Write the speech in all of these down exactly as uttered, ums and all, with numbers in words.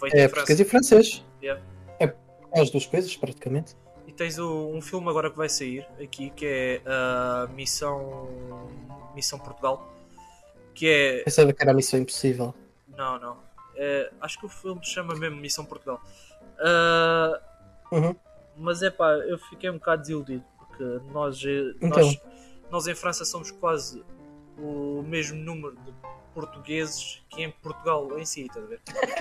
feito É em português França. e francês. Yeah. É as duas coisas, praticamente. E tens o- um filme agora que vai sair aqui que é a Missão Missão Portugal, que é Pensava que era a Missão Impossível. não, não. É, acho que o filme se chama mesmo Missão Portugal. Ah, Uhum. mas é pá, eu fiquei um bocado desiludido porque nós, eh, Então. nós, nós em França somos quase o mesmo número de portugueses que em Portugal em si, estás a ver?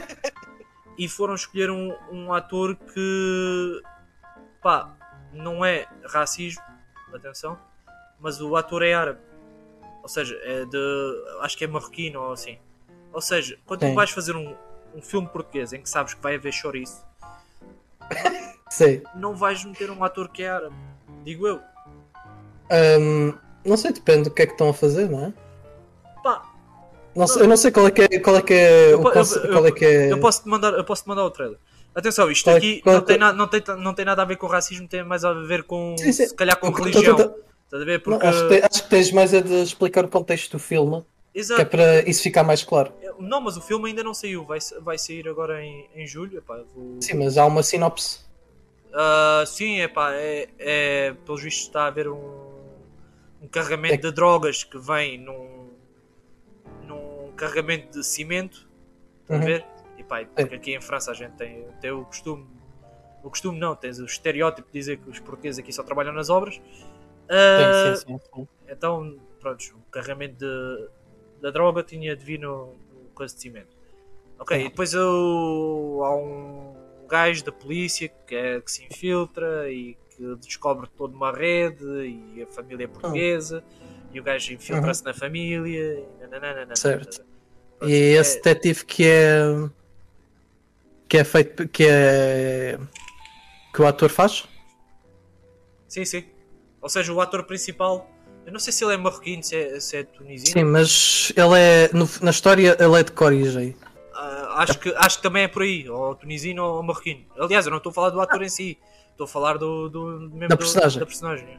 E foram escolher um, um ator que pá, não é racismo, atenção, mas o ator é árabe, ou seja, é de, acho que é marroquino ou assim. Ou seja, quando tu Sim. vais fazer um, um filme português em que sabes que vai haver chouriço, Sei. não vais meter um ator que é árabe, digo eu. Ahm, não sei, depende do que é que estão a fazer, não é? Pá, Não sei- eu não sei qual é que é, qual é, que é eu, o po- eu, conce- qual é que é. eu posso te mandar, eu posso te mandar o trailer. Atenção, isto Qual é- aqui qual é não, tem que- na, não, tem, não tem nada a ver com racismo, tem mais a ver com, Sim, sim. se calhar, com Eu- eu- religião. eu- eu- Estás a ver? Não, Porque, acho, que te- acho que tens mais é de explicar o contexto do filme, que é exato, para isso ficar mais claro. não, mas o filme ainda não saiu, vai, vai sair agora em, em julho. Epá, vou... Sim, mas há uma sinopse. Ah, sim, epá, é, é, pelos vistos está a haver um, um carregamento É- de drogas que vem num, num carregamento de cimento, estás a Uhum. ver? E pá, porque aqui em França a gente tem, tem o costume, o costume não, tens o estereótipo de dizer que os portugueses aqui só trabalham nas obras. Ah, Sim, sim, sim, sim. então, pronto, o carregamento de, da droga tinha de vir no, no coisa de cimento. Ok, Sim. e depois eu, há um gajo da polícia que, é, que se infiltra e que descobre toda uma rede e a família é portuguesa e o gajo infiltra-se na família e nananana. Certo. Pronto, E é é- esse detetive que é. que é feito. que é. que o ator faz? Sim, sim. Ou seja, o ator principal, eu não sei se ele é marroquino, se é, se é tunisino. Sim, mas ele é. no- na história ele é de que origem? Ah, acho, que, acho que também é por aí, ou tunisino ou marroquino. Aliás, eu não estou a falar do ator em si, estou a falar do, do, mesmo Da do- personagem. da personagem.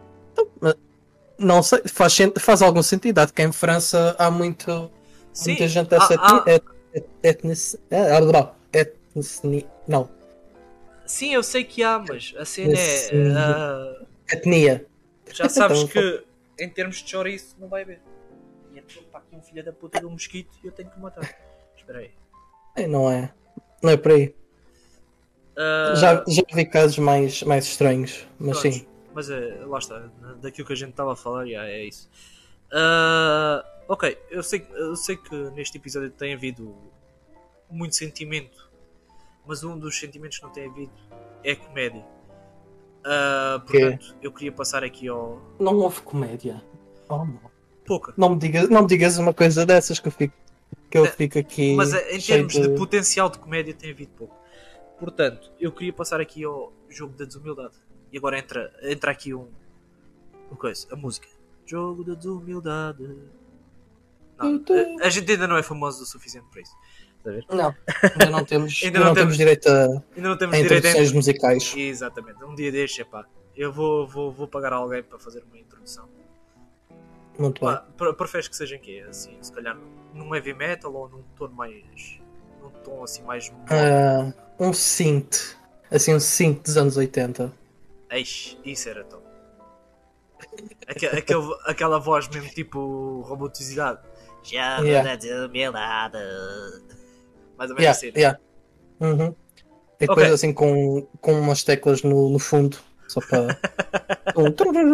Não sei, faz, sen- faz algum sentido, dado que em França há muito. Sim, muita gente dessa há- há- etnia. et- etnici- é, ah, blá, etnici- não. sim, eu sei que há, mas a cena é. Sim. ah, Etnia. já sabes Então, que em termos de chouriço não vai haver. E então está aqui um filho da puta de um mosquito e eu tenho que o matar. Espera aí. É, não é. Não é por aí. Ah, Já, já vi casos mais, mais estranhos, mas prontos, sim. Mas é, lá está, daquilo que a gente estava a falar, já é isso. Ah, ok, eu sei, eu sei que neste episódio tem havido muito sentimento, mas um dos sentimentos que não tem havido é comédia. Ah, portanto, eu queria passar aqui ao. Não houve comédia. Oh, não. Pouca. Não me digas, não me digas uma coisa dessas que eu fico, que eu É, fico aqui. Mas eh, em cheio termos de... potencial de comédia tem havido pouco. Portanto, eu queria passar aqui ao jogo da desumildade. E agora entra, entra aqui um. Uma coisa, a música. Jogo da desumildade. Não, a, a gente ainda não é famoso o suficiente para isso. Está a ver? Não, ainda não temos, Ainda ainda não não temos- temos direito a, Ainda não temos a direito a. introduções musicais. Exatamente. Um dia deixa, pá. Eu vou, vou, vou pagar alguém para fazer uma introdução. Muito bem. Pá, pre- preferes que seja em quê? Assim, se calhar num heavy metal ou num tom mais. Num tom assim mais. Ah, um synth. Assim, um synth dos anos oitenta. Eixe, isso era top. Aque, aquele, aquela voz mesmo tipo roboticidade. Já Yeah. da desumildade. Mais ou menos Yeah, assim. yeah. Uhum. E depois Ok. assim com, com umas teclas no, no fundo. Só para. um...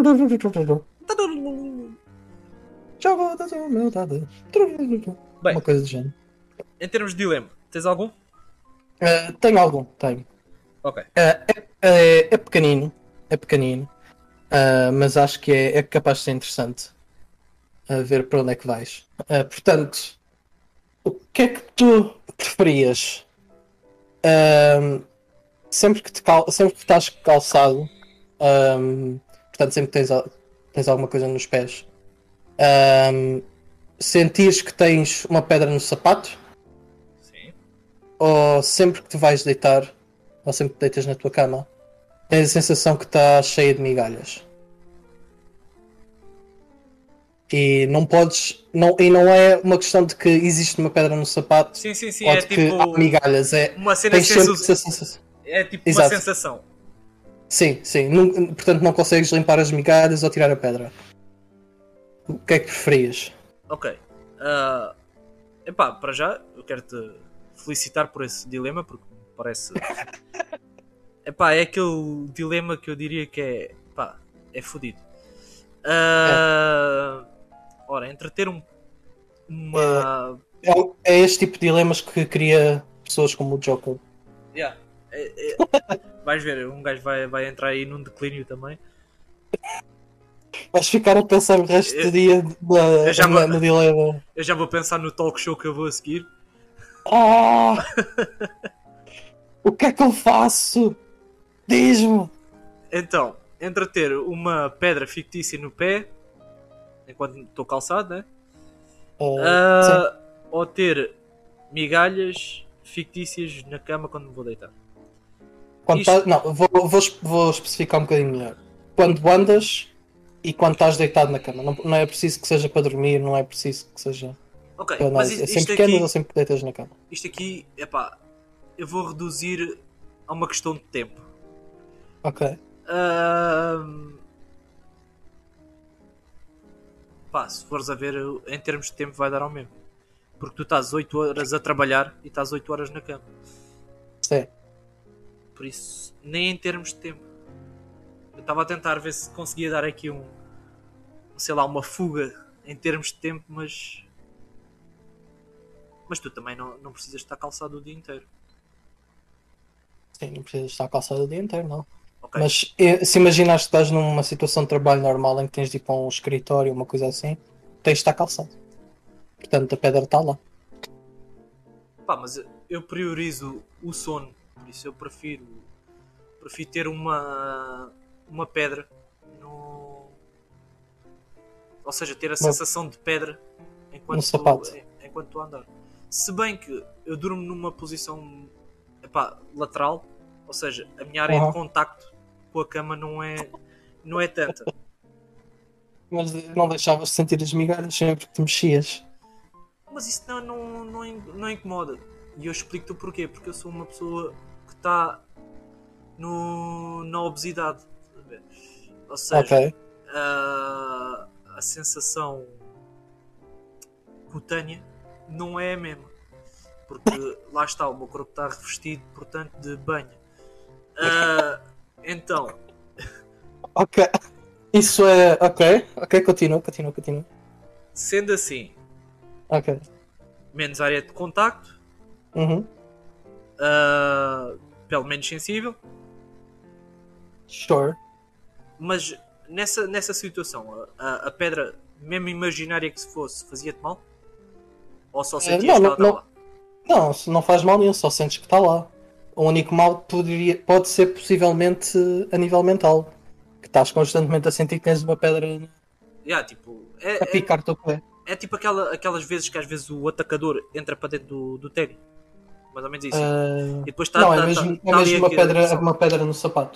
Jogo da humildade. Bem. Uma coisa do género. Em termos de dilema, tens algum? Ah, tenho algum, tenho. Ok. Ah, é, é, é pequenino. É pequenino. Ah, mas acho que é, é capaz de ser interessante. A ver para onde é que vais. Ah, portanto, o que é que tu preferias? Ahm, sempre, que te cal... sempre que estás calçado, ahm, portanto, sempre que tens, al- tens alguma coisa nos pés, ahm, sentires que tens uma pedra no sapato, Sim. ou sempre que te vais deitar, ou sempre que te deitas na tua cama, tens a sensação que está cheia de migalhas. E não podes. Não, e não é uma questão de que existe uma pedra no sapato Sim, sim, sim. ou É de que tipo há migalhas. É, uma cena tens sempre sensu... essa sensação. É tipo Exato. uma sensação. Sim, sim. Não- portanto, não consegues limpar as migalhas ou tirar a pedra. O que é que preferias? Ok. Uh, epá, para já, eu quero te felicitar por esse dilema, porque me parece. Epá, é aquele dilema que eu diria que é. Pá, é fodido. Uh, ora, entre ter um, uma. É, um- é este tipo de dilemas que cria pessoas como o Joker. Yeah, é- é- vais ver, um gajo vai, vai entrar aí num declínio também. Vais ficar a pensar o resto Eu- do dia na- eu já na- vou- no dilema. Eu já vou pensar no talk show que eu vou a seguir. Ah! O que é que eu faço? Diz-me! Então, entre ter uma pedra fictícia no pé, enquanto estou calçado, né? Ah, sim. Ah, ou ter migalhas fictícias na cama quando me vou deitar. Quando Isto- estás- não, vou, vou, vou especificar um bocadinho melhor. Quando andas e quando estás deitado na cama. Não, não é preciso que seja para dormir, não é preciso que seja Ok, para nada. mas É isto, sempre isto que andas aqui, ou sempre que deitas na cama. isto aqui, epá, eu vou reduzir a uma questão de tempo. Ok. Ahm, pá, se fores a ver, em termos de tempo vai dar ao mesmo. Porque tu estás oito horas a trabalhar e estás oito horas na cama. Sim. Por isso, nem em termos de tempo. Eu estava a tentar ver se conseguia dar aqui um, sei lá, uma fuga em termos de tempo, mas mas tu também não, não precisas estar calçado o dia inteiro. Sim, não precisas estar calçado o dia inteiro, não. Ok. Mas eh, se imaginares que estás numa situação de trabalho normal em que tens de ir para um escritório, uma coisa assim, tens de estar calçado. Portanto, a pedra está lá. Pá, mas eu- eu priorizo o sono, por isso eu prefiro prefiro ter uma uma pedra no, ou seja, ter a sensação de pedra enquanto No sapato. estou- enquanto estou a andar. Se bem que eu durmo numa posição, epá, lateral, ou seja, a minha área Uhum. de contacto com a cama não é não é tanta. Mas não deixavas de sentir as migalhas sempre que te mexias. Mas isso não, não, não, in- não incomoda. E eu explico-te o porquê. Porque eu sou uma pessoa que está no, na obesidade. estás a ver? Ou seja, Ok. a, a sensação cutânea não é a mesma. Porque lá está, o meu corpo está revestido, portanto, de banho. Ah, então, Ok. Isso é. Ok. Ok, continua, continua, continua. sendo assim, Ok. menos área de contacto, Uhum. ah, pele menos sensível. Sure. Mas nessa, nessa situação, a, a pedra, mesmo imaginária que se fosse, fazia-te mal? Ou só sentias não, que não, ela estava não. lá? Não, se não faz mal nenhum, só sentes que está lá. O único mal poderia, pode ser possivelmente a nível mental. Que estás constantemente a sentir que tens uma pedra Yeah, tipo, a é, é, picar-te o pé. é tipo aquela, aquelas vezes que às vezes o atacador entra para dentro do, do ténis. Mais ou menos isso. Ah, E depois está não, é tá, mesmo, tá, é tá ali mesmo uma, aqui- pedra, uma pedra no sapato.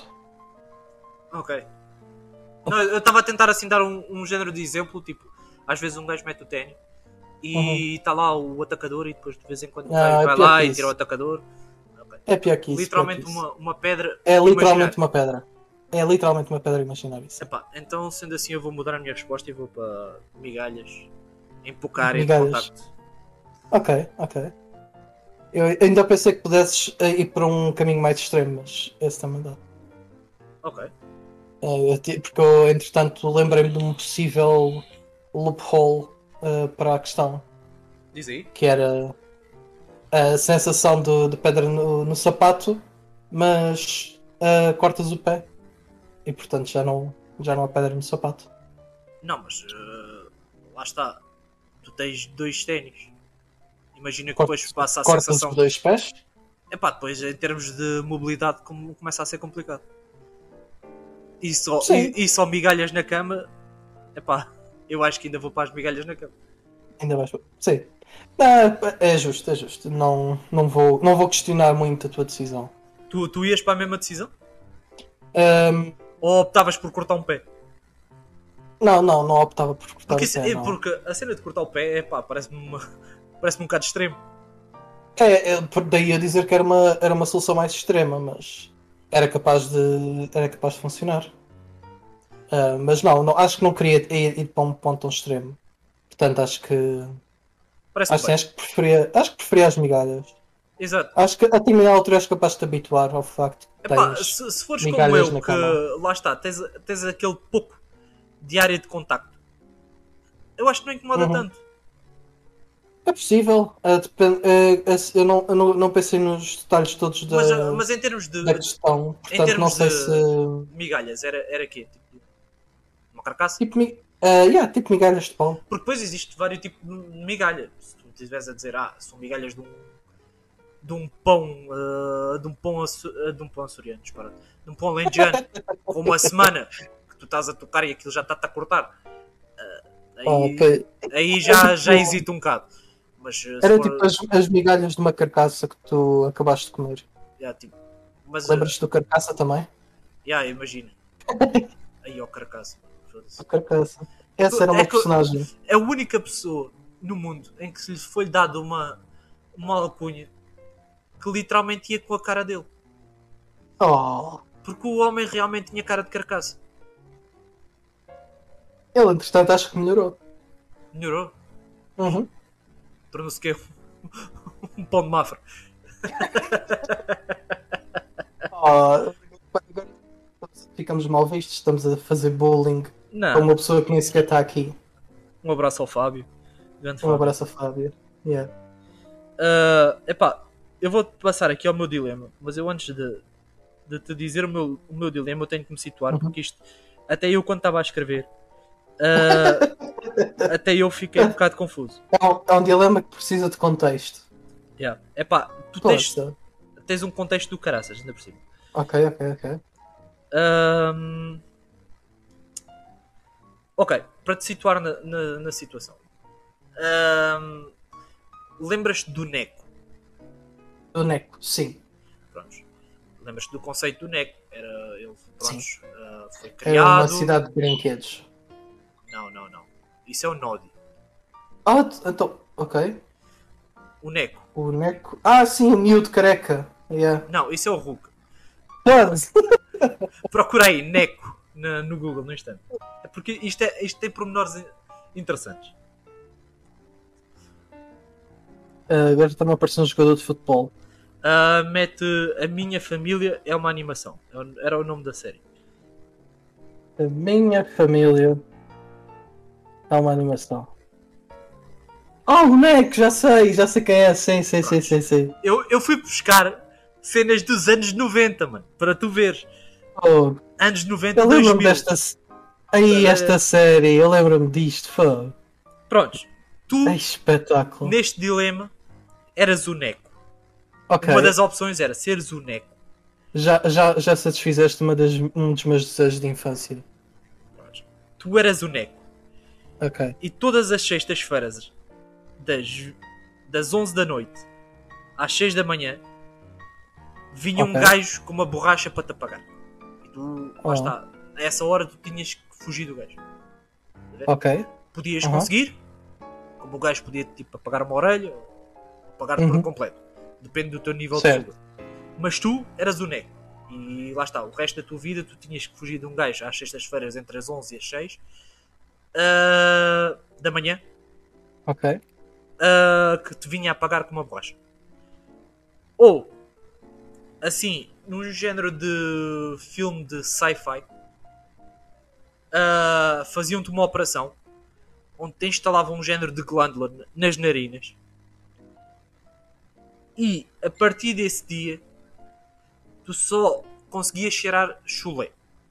Ok. Não, eu estava a tentar assim dar um, um género de exemplo, tipo, às vezes um gajo mete o ténis e está lá o atacador e depois de vez em quando o Ah, gajo é vai pior lá que e isso. tira o atacador. Ok. É pior que isso. Literalmente pior que isso. uma, uma pedra É literalmente imaginária. uma pedra. É literalmente uma pedra imaginária. Sim. Epá, então sendo assim eu vou mudar a minha resposta e vou para migalhas em pouca área Migalhas. de contacto. Ok, ok. Eu ainda pensei que pudesses eh, ir para um caminho mais extremo, mas esse também dá. Ok. Eh, eu ti- porque eu, entretanto, lembrei-me de um possível loophole eh, para a questão, Diz aí. que era a sensação do- de pedra no, no sapato, mas eh, cortas o pé e, portanto, já não, já não há pedra no sapato. Não, mas uh, lá está. Tu tens dois ténis. Imagina que Cortas, depois passa a cortas sensação. os dois pés. Epá, depois em termos de mobilidade como começa a ser complicado. E só, Sim. e, e só migalhas na cama. Epá, eu acho que ainda vou para as migalhas na cama. Ainda vais. Sim. Não, é justo, é justo. Não, não, vou, não vou questionar muito a tua decisão. Tu, tu ias para a mesma decisão? Ahm, Ou optavas por cortar um pé? Não, não, não optava por cortar Porque, o isso- pé, é, não. porque a cena de cortar o pé, é pá, parece-me uma, parece-me um bocado extremo. É, é, por daí a dizer que era uma, era uma solução mais extrema, mas era capaz de, era capaz de funcionar. Ah, mas não, não, acho que não queria ir, ir para um ponto tão extremo. Portanto, acho que Parece-me acho, sim, bem. acho que preferia, acho que preferia as migalhas. Exato. Acho que a determinada altura és capaz de te habituar ao facto de Epá, tens se, se fores como migalhas eu, na que cama. lá está, tens, tens aquele pouco de área de contacto, eu acho que não incomoda Uhum. tanto. É possível. ah, depende- ah, esse- eu não, eu não, não pensei nos detalhes todos Mas, ah, da, mas em termos da de. questão. Em Portanto, não termos de sei se. migalhas, era, era quê? Tipo, uma carcaça? Tipo, mi- ah, yeah, tipo migalhas de pão. Porque depois existe vários tipos de migalha. Se tu estiveres a dizer, ah, são migalhas de um, de um pão, ah, de um pão, aço- ah, de um pão açoriano, disparate. De um pão alentejano, com uma semana que tu estás a tocar e aquilo já está-te a cortar. Ah, Aí, pe- aí é já, já tipo, hesito um bocado. Mas ah, se era tipo for. as, as migalhas de uma carcaça que tu acabaste de comer. Já, tipo, mas, ah, Lembras-te do carcaça também? já, imagina. Aí, ó, carcaça. Do Foda-se. carcaça. É que, Essa era é uma que personagem. é a única pessoa no mundo em que se lhe foi dado uma, uma alcunha que literalmente ia com a cara dele. Oh, Porque o homem realmente tinha cara de carcaça. ele entretanto acho que melhorou. Melhorou. Uhum. Tornou-se que um pão de mafra. Oh, agora ficamos mal vistos, estamos a fazer bullying a Não. uma pessoa que nem sequer está aqui. Um abraço ao Fábio. Grande Um Fábio. abraço a Fábio. Yeah. Uh, epá, eu vou passar aqui ao meu dilema. Mas eu antes de, de te dizer o meu, o meu dilema, eu tenho que me situar. Uhum. Porque isto, até eu quando estava a escrever, uh, até eu fiquei um bocado confuso. É um, é um dilema que precisa de contexto. Yeah. Epá, tu tens, Força. tens um contexto do caraças, ainda por cima. Ok, ok, ok. Um, ok, para te situar na, na, na situação. Um, lembras-te do Neco? Do Neco, sim. Prontos. Lembras-te do conceito do Neco? Era, ele prontos, uh, foi É uma criado. cidade de brinquedos. Não, não, não. Isso é o Nodi. Ah, t- então, ok. O Neco. O Neco. Ah, sim, o miúdo careca. Yeah. Não, isso é o Hulk. Foda-se. Procura aí, Neco, na- no Google, no instante. É porque isto, é, isto tem pormenores in- interessantes. Ah, agora está-me a aparecer um jogador de futebol. Uh, mete A Minha Família é uma animação. Era o nome da série. A minha família. É uma animação. Oh, o Neco, já sei, já sei quem é. Sim, sim, sim, sim, sim. Eu, eu fui buscar cenas dos anos noventa, mano, para tu veres. Oh, Anos noventa, eu dois lembro-me mil. desta. Aí, esta série, eu lembro-me disto. Foda. Prontos. Tu, É espetáculo. neste dilema, eras o Neco. Ok. Uma das opções era seres o Neco. Já, já, já satisfizeste uma das, um dos meus desejos de infância. Prontos. Tu eras o Neco. Ok. E todas as sextas-feiras, das, das onze da noite às seis da manhã, vinha um Ok. gajo com uma borracha para te apagar. E tu, lá Oh. está, a essa hora tu tinhas que fugir do gajo. Ok. Podias Uhum. conseguir, como o gajo podia tipo apagar uma orelha ou apagar por Uhum. completo. Depende do teu nível Certo. de fuga. Mas tu eras o Neco. E lá está, o resto da tua vida tu tinhas que fugir de um gajo às sextas-feiras entre as onze e as seis ah, da manhã, Ok. ah, que te vinha a apagar com uma borracha. Ou, assim, num género de filme de sci-fi, ah, faziam-te uma operação onde te instalavam um género de glândula nas narinas e a partir desse dia tu só conseguias cheirar chulé.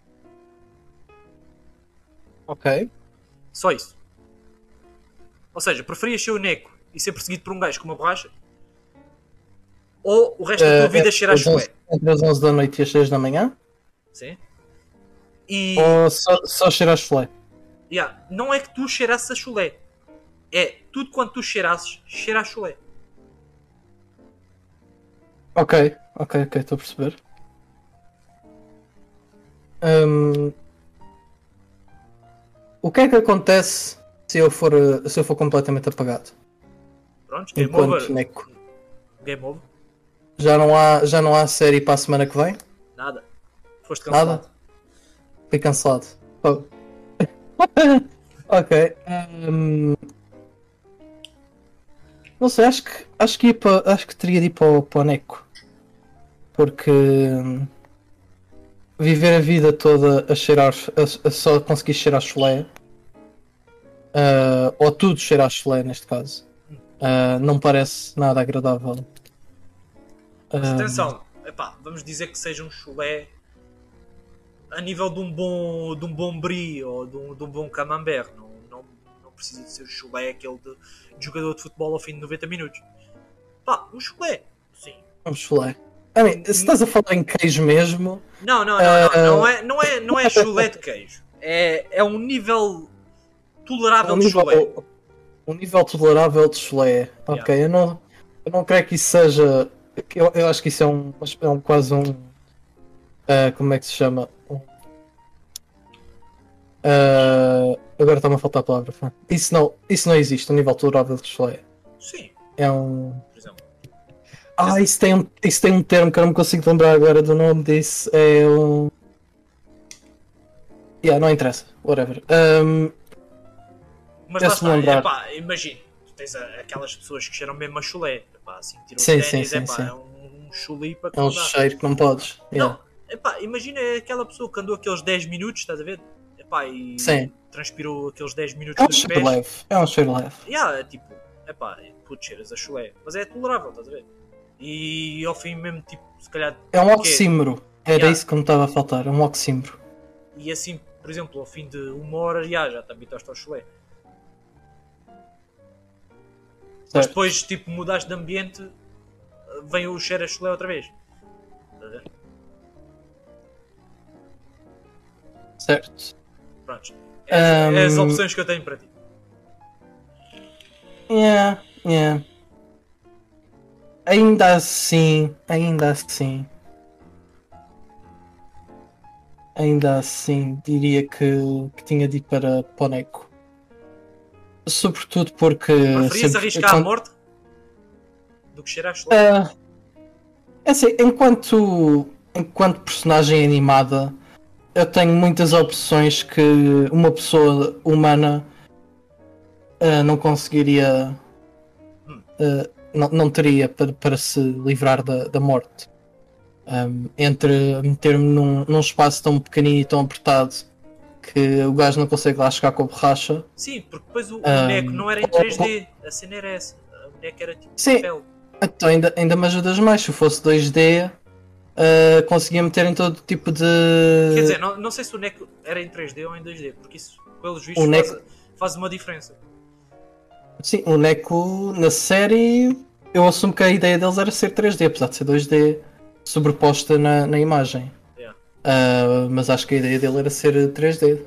Ok. Só isso. Ou seja, preferias ser o Neco e ser perseguido por um gajo com uma borracha, ou o resto da tua Eh, vida é cheirar entre as chulé. onze- entre as onze da noite e as seis da manhã? Sim? E Ou só, só cheirar chulé? yeah, não é que tu cheirasses a chulé, é tudo quanto tu cheirasses, cheira a chulé. Ok. Ok, ok, estou a perceber. Hum, O que é que acontece se eu for, uh, se eu for completamente apagado? Pronto, game Enquanto over. Neko. Game over. Já não há, já não há série para a semana que vem? Nada. Foste cancelado. Nada? Fui cancelado. Oh. Ok. Um, não sei, acho que acho que, ia para, acho que teria de ir para, o- para o Neko. Porque hum, viver a vida toda a cheirar, a, a só conseguir cheirar chulé, uh, ou tudo cheirar chulé neste caso, uh, não parece nada agradável. Mas Um, atenção, epá, vamos dizer que seja um chulé a nível de um bom, de um bom brie ou de um, de um bom camembert. Não, não, não precisa de ser o chulé aquele de, de jogador de futebol ao fim de noventa minutos. Pá, um chulé, sim. um chulé. I mean, se estás a falar em queijo mesmo. Não, não, não, não, não é, não é, não é chulé de queijo. É, é um nível tolerável um de nível, chulé. um nível tolerável de chulé. Ok, Yeah. eu não, eu não creio que isso seja. Eu, eu acho que isso é um, é um quase um. Uh, como é que se chama? Um, uh, agora está-me a faltar a palavra. Fã. Isso não, isso não existe, um nível tolerável de chulé. Sim, É um. por exemplo. Ah, isso tem, um, isso tem um termo que eu não me consigo lembrar agora do nome disso. É um. Yeah, não interessa. Whatever. Um, Mas lá Quer-se está, lembrar. epá, imagina, tu tens a- aquelas pessoas que cheiram mesmo a chulé, epá, assim, tiram Sim, os sim, ténis, sim, epá, sim. é um, um chulipa que É um não dá. cheiro que não podes. Yeah. Não, epá, imagina aquela pessoa que andou aqueles dez minutos, estás a ver? Epá, e Sim. transpirou aqueles dez minutos É um dos cheiro pés. leve. É um cheiro leve. Yeah, é tipo, epá, putz, cheiras a chulé, mas é tolerável, estás a ver? E ao fim mesmo, tipo, se calhar. É um quê? oxímero. Era Yeah. isso que me estava a faltar. É um oxímero. E assim, por exemplo, ao fim de uma hora, yeah, já te habitaste ao chulé. Mas Certo. depois, tipo, mudaste de ambiente, vem o cheiro a chulé outra vez. Estás a ver? Certo. Prontos. É, as- é as Um, opções que eu tenho para ti. Yeah, yeah. Ainda assim, ainda assim, ainda assim, diria que, que tinha de ir para Poneco. Sobretudo porque. Preferias sempre- arriscar quando- a morte do que cheirar a chulé? Ah, é assim, enquanto, enquanto personagem animada, eu tenho muitas opções que uma pessoa humana ah, não conseguiria. Hum. ah, não, não teria para, para se livrar da, da morte. Um, entre meter-me num, num espaço tão pequenino e tão apertado que o gajo não consegue lá chegar com a borracha. Sim, porque depois o Um, boneco não era em três D. A cena era essa. A boneca era tipo Sim. papel. Então ainda, ainda me ajudas mais. Se fosse dois D, uh, conseguia meter em todo tipo de. Quer dizer, não, não sei se o boneco era em três D ou em dois D, porque isso, pelos vistos, O faz, Neco- faz uma diferença. Sim, o Neko na série, eu assumo que a ideia deles era ser três D, apesar de ser dois D sobreposta na, na imagem. Yeah. Uh, mas acho que a ideia dele era ser três D.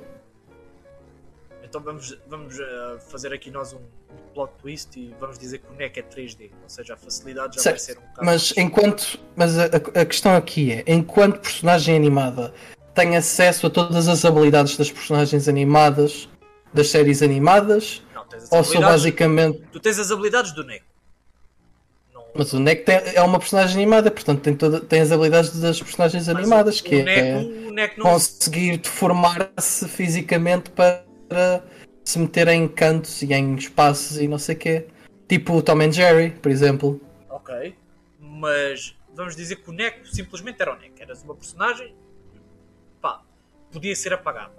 Então vamos, vamos uh, fazer aqui nós um plot twist e vamos dizer que o boneco é três D. Ou seja, a facilidade já Certo. vai ser um bocado. Mas enquanto. Mas a, a questão aqui é, enquanto personagem animada tem acesso a todas as habilidades das personagens animadas, das séries animadas, Não, tens as ou sou habilidades. basicamente. Tu tens as habilidades do Neco. Não... Mas o Neco tem- é uma personagem animada, portanto tem, toda, tem as habilidades das personagens Mas animadas, o, que o é Neco, o Neco não. conseguir deformar-se fisicamente para se meter em cantos e em espaços e não sei o quê. Tipo o Tom and Jerry, por exemplo. Ok. Mas vamos dizer que o Neco simplesmente era o Neco. Eras uma personagem. Pá, podia ser apagado.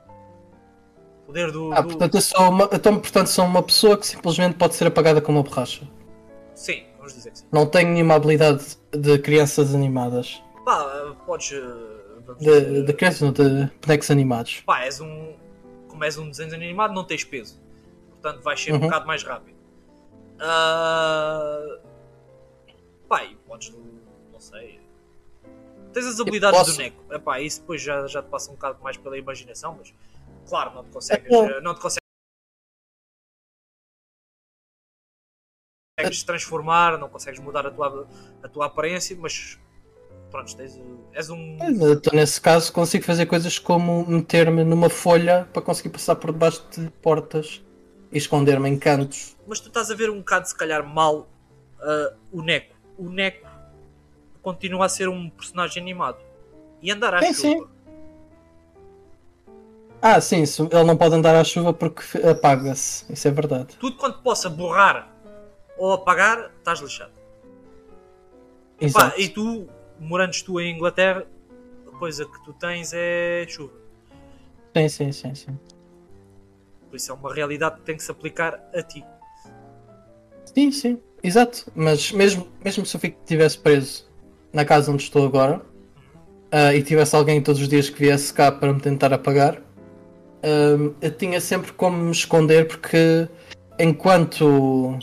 O poder do. Ah, do... portanto, eu sou uma, então, portanto, sou uma pessoa que simplesmente pode ser apagada com uma borracha. Sim, vamos dizer que sim. Não tenho nenhuma habilidade de crianças animadas. Pá, podes. uh, Vamos De, dizer, de crianças, não, de bonecos animados. Pá, és um. Como és um desenho animado, não tens peso. Portanto, vais ser um Uhum. bocado mais rápido. Ah, pá, e podes. Não sei. Tens as habilidades posso- do Neco. Epá, isso depois já, já te passa um bocado mais pela imaginação, mas claro, não te consegues. É, eh, Não te consegues transformar, não consegues mudar a tua, a tua aparência, mas pronto, tens, és um. Então, nesse caso, consigo fazer coisas como meter-me numa folha para conseguir passar por debaixo de portas e esconder-me em cantos. Mas tu estás a ver um bocado, se calhar, mal uh, o Neco. O Neco continua a ser um personagem animado e andar à Sim, chuva. sim. Ah, sim, isso, ele não pode andar à chuva porque apaga-se. Isso é verdade. Tudo quanto possa borrar ou apagar, estás lixado. Pá, Exato. e tu, morantes tu em Inglaterra, a coisa que tu tens é chuva. Sim, sim, sim, sim. Por isso é uma realidade que tem que se aplicar a ti. Sim, sim, exato. Mas mesmo, mesmo se eu estivesse preso na casa onde estou agora uh, e tivesse alguém todos os dias que viesse cá para me tentar apagar, uh, eu tinha sempre como me esconder porque enquanto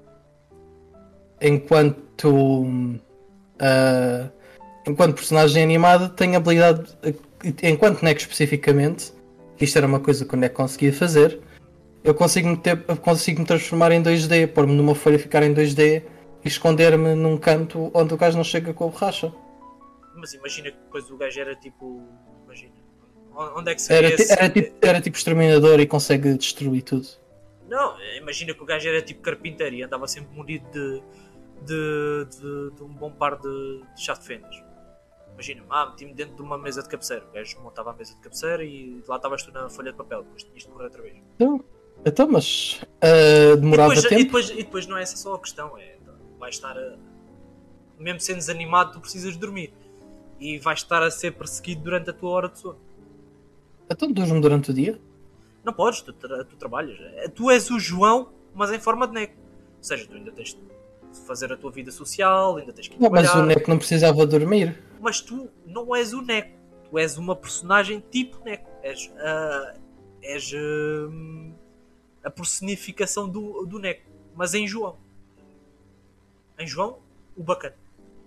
enquanto uh, enquanto personagem animado tenho habilidade, enquanto Neco especificamente, que isto era uma coisa que o Neco conseguia fazer. Eu consigo me, ter, consigo me transformar em dois D, pôr-me numa folha, ficar em dois D e esconder-me num canto onde o gajo não chega com a borracha. Mas imagina que depois o gajo era tipo. Imagina. Onde é que se Era, vê ti- esse... era, tipo, era tipo exterminador e consegue destruir tudo. Não, imagina que o gajo era tipo carpinteiro e andava sempre munido de, de, de, de um bom par de, de chave de fendas. Imagina, ah, meti-me dentro de uma mesa de cabeceira. O gajo montava a mesa de cabeceira e lá estavas tu na folha de papel. Depois tinhas de correr outra vez. Então, então mas uh, E demorava depois, tempo. e, depois, e depois não é essa só a questão. É, vais estar a... Mesmo sendo desanimado, tu precisas de dormir. E vais estar a ser perseguido durante a tua hora de sono. Então durmo durante o dia? Não podes, tu, tra tu trabalhas. Tu és o João, mas em forma de Neco. Ou seja, tu ainda tens de fazer a tua vida social, ainda tens que ir Não, mas trabalhar. o Neco não precisava dormir. Mas tu não és o Neco. Tu és uma personagem tipo Neco. És, uh, és uh, a personificação do, do Neco. Mas em João. Em João, o bacana.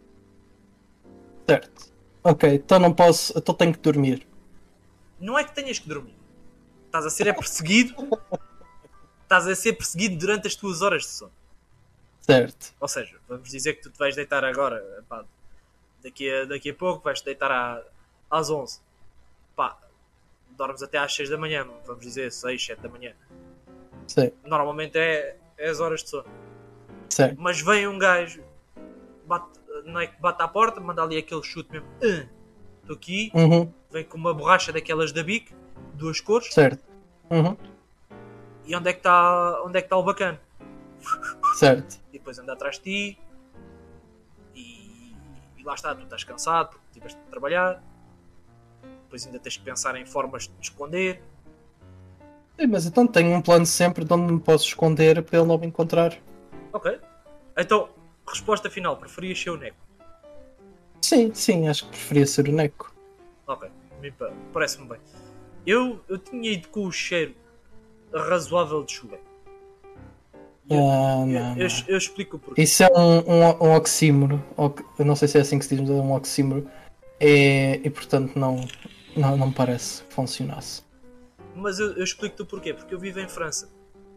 Certo. Ok, então não posso. Então tenho que dormir. Não é que tenhas que dormir. Estás a ser é perseguido. Estás a ser perseguido durante as tuas horas de sono. Certo. Ou seja, vamos dizer que tu te vais deitar agora, pá, daqui, a, daqui a pouco vais-te deitar à, às onze. Pá, dormes até às seis da manhã, vamos dizer seis, sete da manhã. Sim. Normalmente é, é as horas de sono. Certo. Mas vem um gajo, bate, não é que bate à porta, manda ali aquele chute mesmo. Estou uh, aqui, Uhum. vem com uma borracha daquelas da Bic, duas cores. Certo. Uhum. E onde é que está onde é que está o bacana? Certo. E depois anda atrás de ti e, e lá está, tu estás cansado porque tiveste de trabalhar, depois ainda tens que pensar em formas de te esconder. Sim, mas então tenho um plano sempre de onde me posso esconder para ele não me encontrar. Ok, então resposta final, preferias ser o Neco? Sim, sim, acho que preferia ser o Neco. Ok, parece-me bem. Eu, eu tinha ido com o cheiro razoável de chulé. Eu, Ah, não, eu, não. eu, eu explico o porquê. Isso é um, um, um oxímoro. Ox- Eu não sei se é assim que se diz, mas é um oxímoro. E, e portanto não, não, não me parece que funcionasse. Mas eu, eu explico-te o porquê, porque eu vivo em França.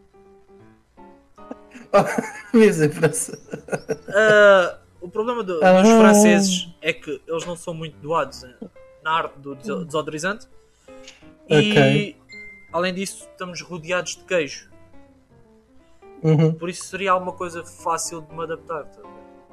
Vives em França. Uh, o problema do- dos Ah. franceses é que eles não são muito doados eh, na arte do deso- desodorizante. E Ok. além disso, estamos rodeados de queijo. Uhum. Por isso seria alguma coisa fácil de me adaptar. Tá?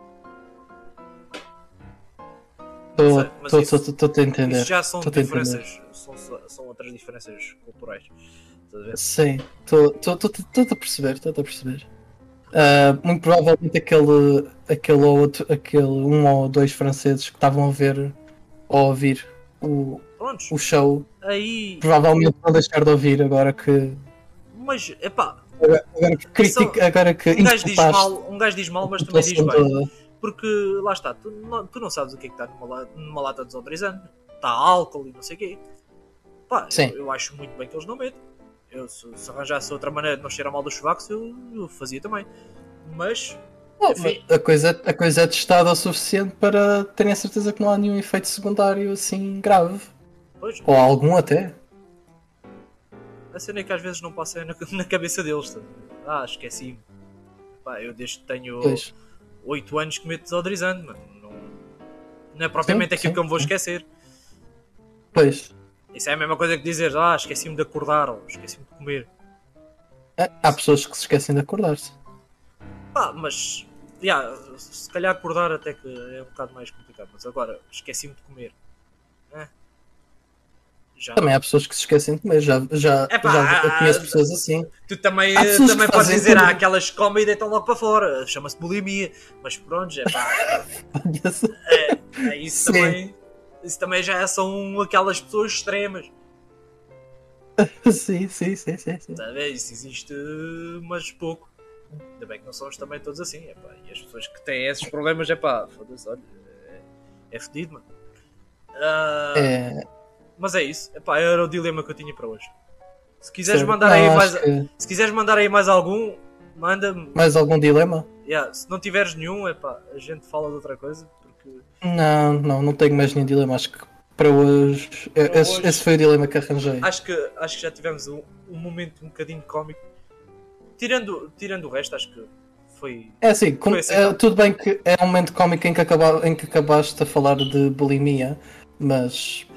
Não sei, mas isso- Estou-te a entender. Isso já são Tô-te a entender. diferenças, são, são outras diferenças culturais. Estás a ver? Sim, estou-te a perceber, estou-te a perceber. Ah, muito provavelmente aquele, aquele, ou outro, aquele um ou dois franceses que estavam a ver ou a ouvir o, Prontos, o show aí. provavelmente vão deixar de ouvir agora que, Mas, epá, agora, agora que critica, agora que um gajo diz inculpaste mal, um gajo diz mal, mas a também diz população bem. toda. Porque lá está, tu não, tu não sabes o que é que está numa, la- numa lata de desodorizante. Está álcool e não sei o quê. Pá, Sim. eu, eu acho muito bem que eles não metem. Eu, se, se arranjasse outra maneira de não cheirar mal dos sovacos, eu, eu fazia também. Mas, Não, enfim, a, coisa, a coisa é testada o suficiente para terem a certeza que não há nenhum efeito secundário assim grave. pois, Ou algum até. a cena é que às vezes não passa na, na cabeça deles. Tá? Ah, esqueci-me. Pá, eu desde que tenho Pois. oito anos que meto desodorizante, mano. Não, Não é propriamente Sim, aquilo sim, que eu me vou sim. esquecer. Pois. Isso é a mesma coisa que dizer, ah, esqueci-me de acordar ou esqueci-me de comer. É, há pessoas que se esquecem de acordar-se. Ah, mas, yeah, se calhar acordar até que é um bocado mais complicado. Mas agora, esqueci-me de comer. É, já Também não. há pessoas que se esquecem de comer. Já, já, Epá, já eu ah, conheço ah, pessoas assim. tu também, Há pessoas também que podes fazem dizer, há quando- aquelas que comem e deitam logo para fora. Chama-se bulimia. Mas pronto, é pá, Conheço. é, é isso Sim. também. Isso também já são aquelas pessoas extremas. Sim, sim, sim, sim, sim. Tá a ver? Isso existe, mas pouco. Ainda bem que não somos também todos assim. Epá. E as pessoas que têm esses problemas, é pá, foda-se, olha, é, é fedido, mano. Ah, É, mas é isso. Epá, era o dilema que eu tinha para hoje. Se quiseres certo. mandar Não, aí acho mais, que- se quiseres mandar aí mais algum, manda-me. Mais algum dilema? Yeah, se não tiveres nenhum, epá, a gente fala de outra coisa. Porque Não, não, não tenho mais nenhum dilema. Acho que para hoje. Para esse, hoje- esse foi o dilema que arranjei. acho que, acho que já tivemos um, um momento um bocadinho cómico. Tirando, tirando o resto, acho que foi. É assim, com- Foi aceitável. é, tudo bem que é um momento cómico em que, acaba, em que acabaste a falar de bulimia, mas.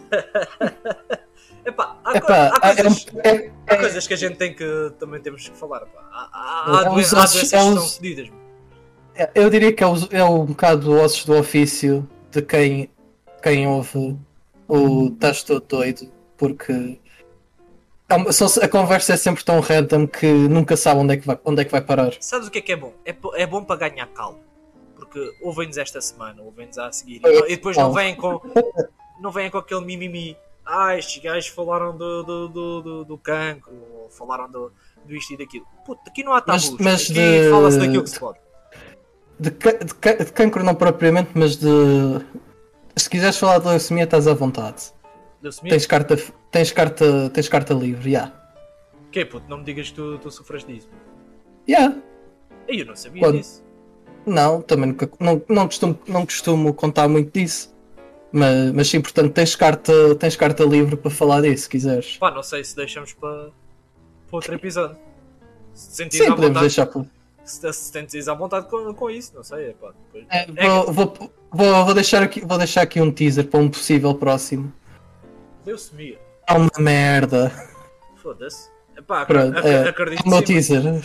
Epá, há, Epá, co- há é coisas, um- é- há é- coisas que a gente tem que também temos que falar. Pá. Há, há, há, É doen- os há ossos- doenças é que são os- fedidas. Mano. é- eu diria que é, os- é um bocado ossos do ofício de quem, quem ouve o Estás todo doido, porque é uma- só se- a conversa é sempre tão random que nunca sabe onde é que vai, onde é que vai parar. Sabes o que é que é bom? É, po- é bom para ganhar calmo. Porque ouvem-nos esta semana, ouvem-nos a seguir. E, não- e depois não vêm com, não vêm com aquele mimimi. Ah, estes gajos falaram do, do, do, do, do cancro, ou falaram do, do isto e daquilo. Puto, aqui não há Mas- tabus. mas aqui de- fala-se daquilo que se pode. De, ca- de, ca- de cancro não propriamente, mas de. Se quiseres falar de leucemia, estás à vontade. Leucemia? Tens carta, tens carta, tens carta livre, já. Que puto, não me digas que tu, tu sofreste disso. Yeah. Eu não sabia Quando? disso. Não, também nunca, não, não, costumo, não costumo contar muito disso. Mas, mas sim, portanto, tens carta, tens carta livre para falar disso, se quiseres. Pá, não sei se deixamos para, para outro episódio. Se te sentires Sim, à podemos vontade, deixar por. se te se te sentires à vontade com, com isso, não sei. É, pá, depois... É, é que- vou, vou, vou, vou, deixar aqui, vou deixar aqui um teaser para um possível próximo. Leucemia. É uma merda. Foda-se. Epá, ac- Pronto, ac- é, acredito é o meu que sim, teaser.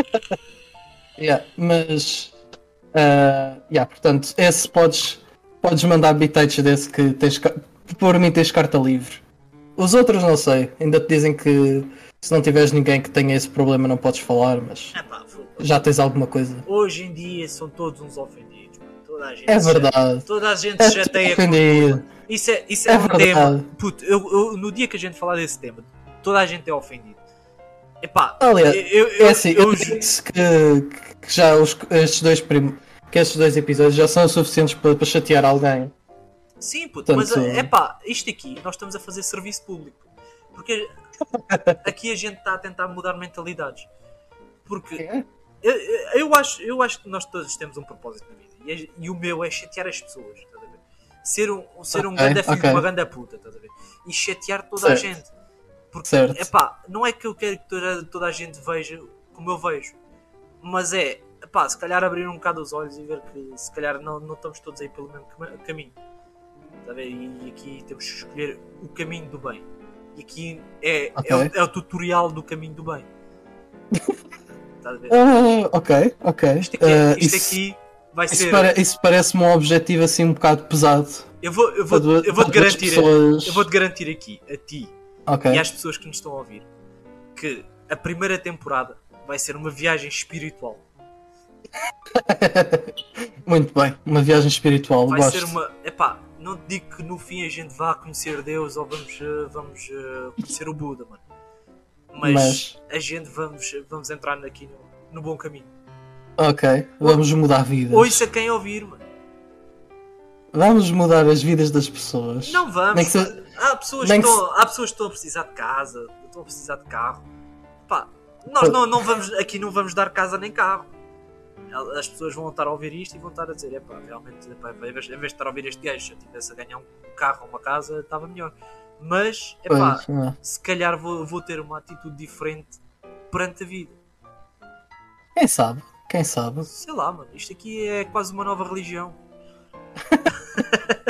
Yeah, mas. ah, yeah, portanto, esse podes, podes mandar bitates desse que tens. ca- Por mim tens carta livre. Os outros não sei. Ainda te dizem que se não tiveres ninguém que tenha esse problema não podes falar, mas mas- Epá, foda-se. já tens alguma coisa. Hoje em dia são todos uns ofendidos. Mano. Toda a gente É se verdade. Toda a gente É se chateia tudo com ofendido. tudo. Isso é, isso é, É um verdade. tema. Puto, eu, eu- no dia que a gente falar desse tema, toda a gente é ofendido. Epá, Aliás, eu, eu, É assim, eu, eu disse que, que já os, estes dois prim, que estes dois episódios já são o suficientes para, para chatear alguém. sim, puto, mas Portanto- epá, isto aqui nós estamos a fazer serviço público. Porque aqui a gente está a tentar mudar mentalidades. Porque eu, eu- eu acho, eu acho que nós todos temos um propósito na vida. E, é- e o meu é chatear as pessoas. Estás a ver? Ser um, ser um Ok, ganda filho ok. de uma ganda puta. Estás a ver? E chatear toda a Certo. gente. Porque, Certo. epá, não é que eu quero que toda, toda a gente veja como eu vejo. Mas é, epá, se calhar abrir um bocado os olhos e ver que se calhar não, não estamos todos aí pelo mesmo cam- caminho. Está a ver? E aqui temos que escolher o caminho do bem. E aqui é, Ok. é, o, é o tutorial do caminho do bem. Está a ver? Ah, ok, ok. Isto aqui, é- Ah, isto isso, aqui vai isso ser. pare- isso parece-me um objetivo assim um bocado pesado. Eu vou, eu vou, Para duas- eu vou te para duas garantir. pessoas. Eu vou te garantir aqui, a ti Ok. e às pessoas que nos estão a ouvir, que a primeira temporada vai ser uma viagem espiritual. Muito bem, uma viagem espiritual, Vai gosto. ser uma. Epá, não te digo que no fim a gente vá conhecer Deus ou vamos, eh, vamos eh, conhecer o Buda, mano. Mas, Mas- a gente vamos, vamos entrar aqui no, no bom caminho. Ok, vamos mudar vidas. Ouça quem ouvir, mano. Vamos mudar as vidas das pessoas. Não vamos. Nem que se- mano. Há, pessoas nem que que estão, há pessoas que estão a precisar de casa, estão a precisar de carro. Pá, nós não, não vamos, aqui não vamos dar casa nem carro. As pessoas vão estar a ouvir isto e vão estar a dizer: epá, realmente, epá, em, vez, em vez de estar a ouvir este gajo, se eu tivesse a ganhar um carro ou uma casa, estava melhor. Mas, epá, Pois, não. se calhar vou, vou ter uma atitude diferente perante a vida. Quem sabe? Quem sabe? Sei lá, mano, isto aqui é quase uma nova religião.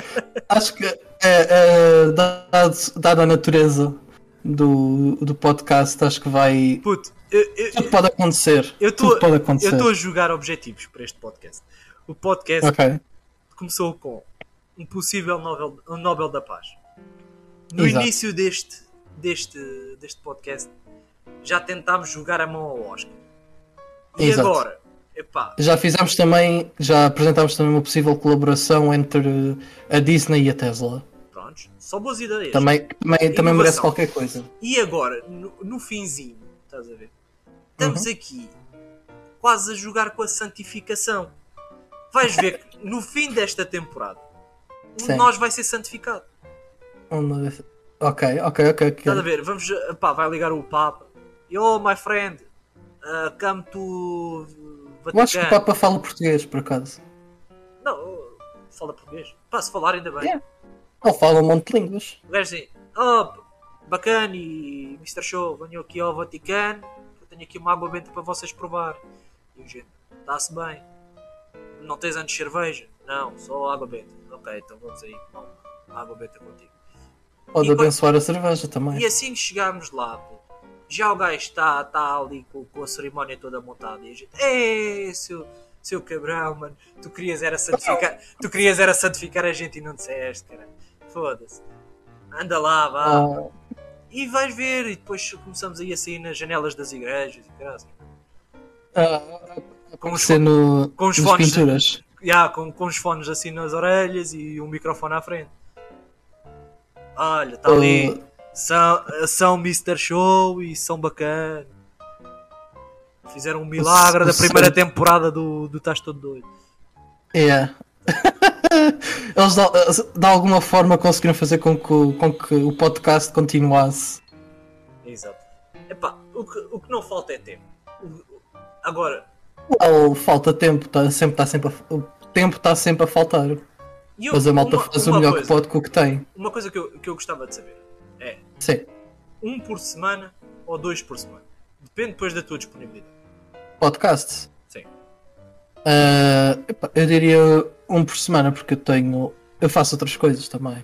acho que, é, é, dado, dado a natureza do, do podcast, acho que vai. Puto, eu, eu, Tudo pode acontecer. eu Tudo pode acontecer. estou a jogar objetivos para este podcast. O podcast Ok. começou com um possível Nobel, um Nobel da Paz. No Exato. início deste, deste, deste podcast, já tentámos jogar a mão ao Oscar. E Exato. agora, epá, Já fizemos também, já apresentámos também uma possível colaboração entre a Disney e a Tesla. prontos, só boas ideias. Também, também, também Inovação. merece qualquer coisa. E agora, no, no finzinho, estás a ver? Estamos Uhum. aqui quase a jogar com a santificação. Vais ver que no fim desta temporada, um de Sim. nós vai ser santificado. Uma- Ok, ok, ok. Estás a ok. ver? Vamos, pá, vai ligar o Papa. Yo, my friend, uh, come to Eu acho que o Vaticano. Papa fala português, por acaso. Não, fala português. Pá, se falar ainda bem. Yeah. Ele fala um monte de línguas. O gajo assim, oh, bacana e mister Show, venham aqui ao Vaticano, eu tenho aqui uma água benta para vocês provar. E o gente, está-se bem. Não tens antes cerveja? Não, só água benta. Ok, então vamos aí, não, água benta contigo. Pode E quando- abençoar a cerveja também. E assim que chegarmos lá, pô, já o gajo está tá ali com, com a cerimónia toda montada e a gente, ei, seu, seu cabrão, mano, tu querias era santificar, tu querias era santificar a gente e não disseste, cara. Foda-se. Anda lá, vá. Ah, E vais ver, e depois começamos aí a sair nas janelas das igrejas e graças. ah, Com os, ser no, com os nas fones. pinturas. yeah, com, com os fones assim nas orelhas e um microfone à frente. Olha, está ali. Uh, São, são mister Show e são bacana. Fizeram um milagre O- da o primeira Sam- temporada do, do Tás Todo Doido. Yeah. Eles de, de alguma forma conseguiram fazer com que, o- com que o podcast continuasse. Exato. Epá, o que, o que não falta é tempo. O- agora, Well, falta tempo, tá, sempre, tá sempre a, o tempo está sempre a faltar. e eu- Mas a malta uma- faz uma o melhor coisa, que pode com o que tem. Uma coisa que eu, que eu gostava de saber é Sim. um por semana ou dois por semana? Depende depois da tua disponibilidade. Podcast. Sim. Ah, epá, eu diria um por semana porque eu tenho. Eu faço outras coisas também.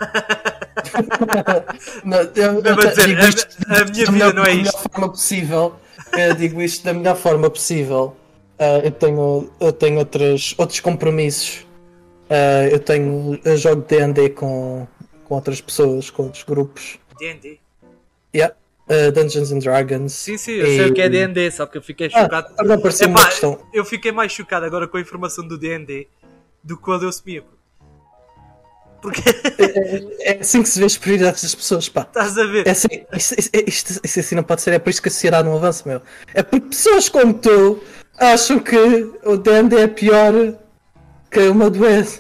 Não, eu, Mesmo a eu dizer, digo a- isto a minha da vida melhor- não é da melhor isto. forma possível. Eu digo isto da melhor forma possível. Ah, eu tenho, eu tenho outras, outros compromissos. Ah, eu tenho. Eu jogo D and D com, com outras pessoas, com outros grupos. D and D? Yeah. Ah, Dungeons and Dragons. Sim, sim, eu sei o que é D and D, só que eu fiquei Ah, chocado. não parecia uma Epá, questão. eu fiquei mais chocado agora com a informação do D and D do que quando eu assumia. pô. Porque É assim que se vê as prioridades das pessoas, pá. estás a ver? É assim, isto, isto, isto, isto assim não pode ser, é por isso que a sociedade não avança, meu. É porque pessoas como tu acham que o D and D é pior que uma doença.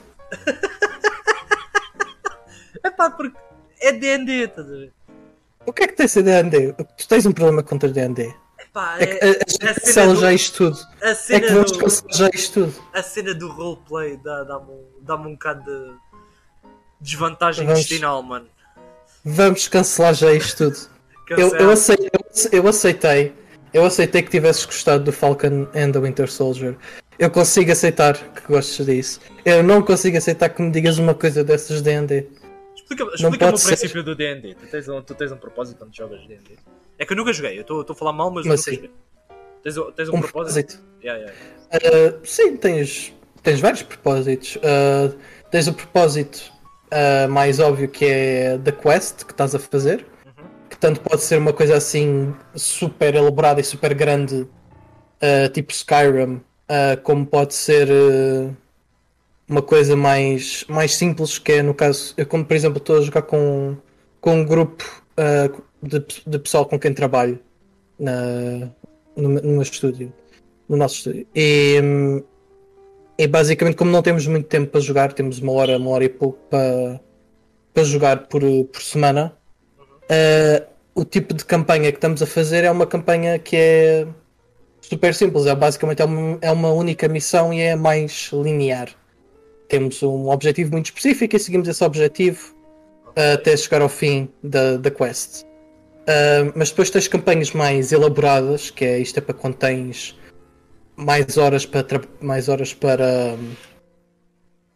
Epá, porque é D and D, estás a ver? O que é que tem a ser D and D? Tu tens um problema contra D and D. Epá, É que a, a gente a cena cancela do- já isto tudo. a É cena que vamos do- cancelar já isto tudo. a cena do roleplay dá- dá-me um, dá-me um bocado de desvantagem Vamos- intestinal, mano. Vamos cancelar já isto tudo. Eu, Cancela. eu, aceitei, eu aceitei. Eu aceitei que tivesses gostado do Falcon and the Winter Soldier. Eu consigo aceitar que gostes disso. Eu não consigo aceitar que me digas uma coisa dessas D and D. Explica-me Não explica pode o ser. princípio do D and D. Tu tens, um, tu tens um propósito quando jogas D and D. É que eu nunca joguei, eu estou a falar mal, mas, Mas eu nunca sim. joguei. Tens, um- tens um, Um propósito? propósito. Yeah, yeah, yeah. Uh, sim, tens, tens vários propósitos. Uh, tens o propósito uh, mais óbvio que é da quest que estás a fazer. Uhum. Que tanto pode ser uma coisa assim super elaborada e super grande, uh, tipo Skyrim, uh, como pode ser uh, uma coisa mais, mais simples, que é no caso, eu como por exemplo estou a jogar com, com um grupo uh, de, de pessoal com quem trabalho na, no, no meu estúdio, no nosso estúdio. E, hum, e basicamente, como não temos muito tempo para jogar, temos uma hora, uma hora e pouco para, para jogar por, por semana. Uh, o tipo de campanha que estamos a fazer é uma campanha que é super simples, é basicamente é uma, é uma única missão e é mais linear. Temos um objetivo muito específico e seguimos esse objetivo uh, até chegar ao fim da, da quest. Uh, mas depois tens campanhas mais elaboradas, que é isto é para quando tens mais horas para tra- mais horas para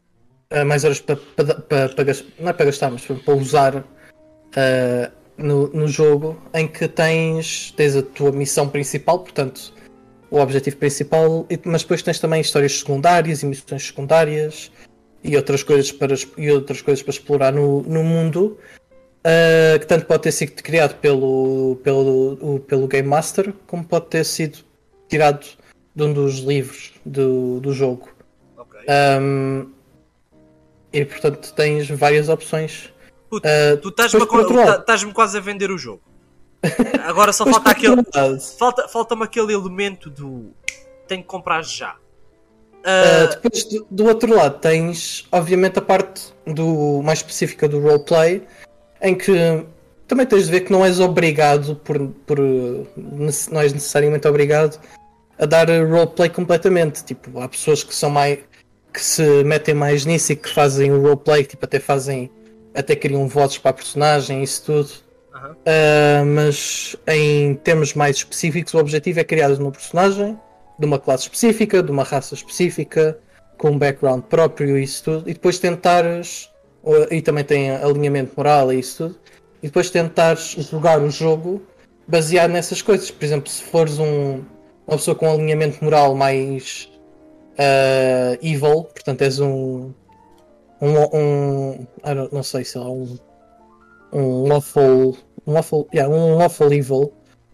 uh, mais horas para, para, para, para gastar, não é para gastar, mas para usar uh, no, no jogo, em que tens, tens a tua missão principal, portanto, o objetivo principal, mas depois tens também histórias secundárias e missões secundárias e outras coisas para, e outras coisas para explorar no, no mundo, uh, que tanto pode ter sido criado pelo, pelo, o, pelo Game Master, como pode ter sido tirado de um dos livros do, do jogo. Ok. Um, e portanto tens várias opções. Puto, Uh, tu estás-me, depois, por outro lado- estás-me quase a vender o jogo. Agora só Depois, falta por outro aquele. lado, Falta, falta-me aquele elemento do. Tenho que comprar já. uh, Ah, depois do, do outro lado tens obviamente a parte do, mais específica do roleplay, em que também tens de ver que não és obrigado por, por nece- não és necessariamente obrigado a dar roleplay completamente. Tipo, há pessoas que são mais que se metem mais nisso e que fazem o roleplay, tipo, até fazem até criam votos para a personagem, isso tudo. aham. Uh, mas em termos mais específicos, o objetivo é criar uma personagem de uma classe específica, de uma raça específica, com um background próprio e isso tudo, e depois tentares, ou- e também tem alinhamento moral e isso tudo, e depois tentares jogar o jogo baseado nessas coisas. Por exemplo, se fores um, uma pessoa com alinhamento moral mais uh, evil, portanto és um um, um I don't- não sei se é um um lawful um lawful, yeah, um lawful evil,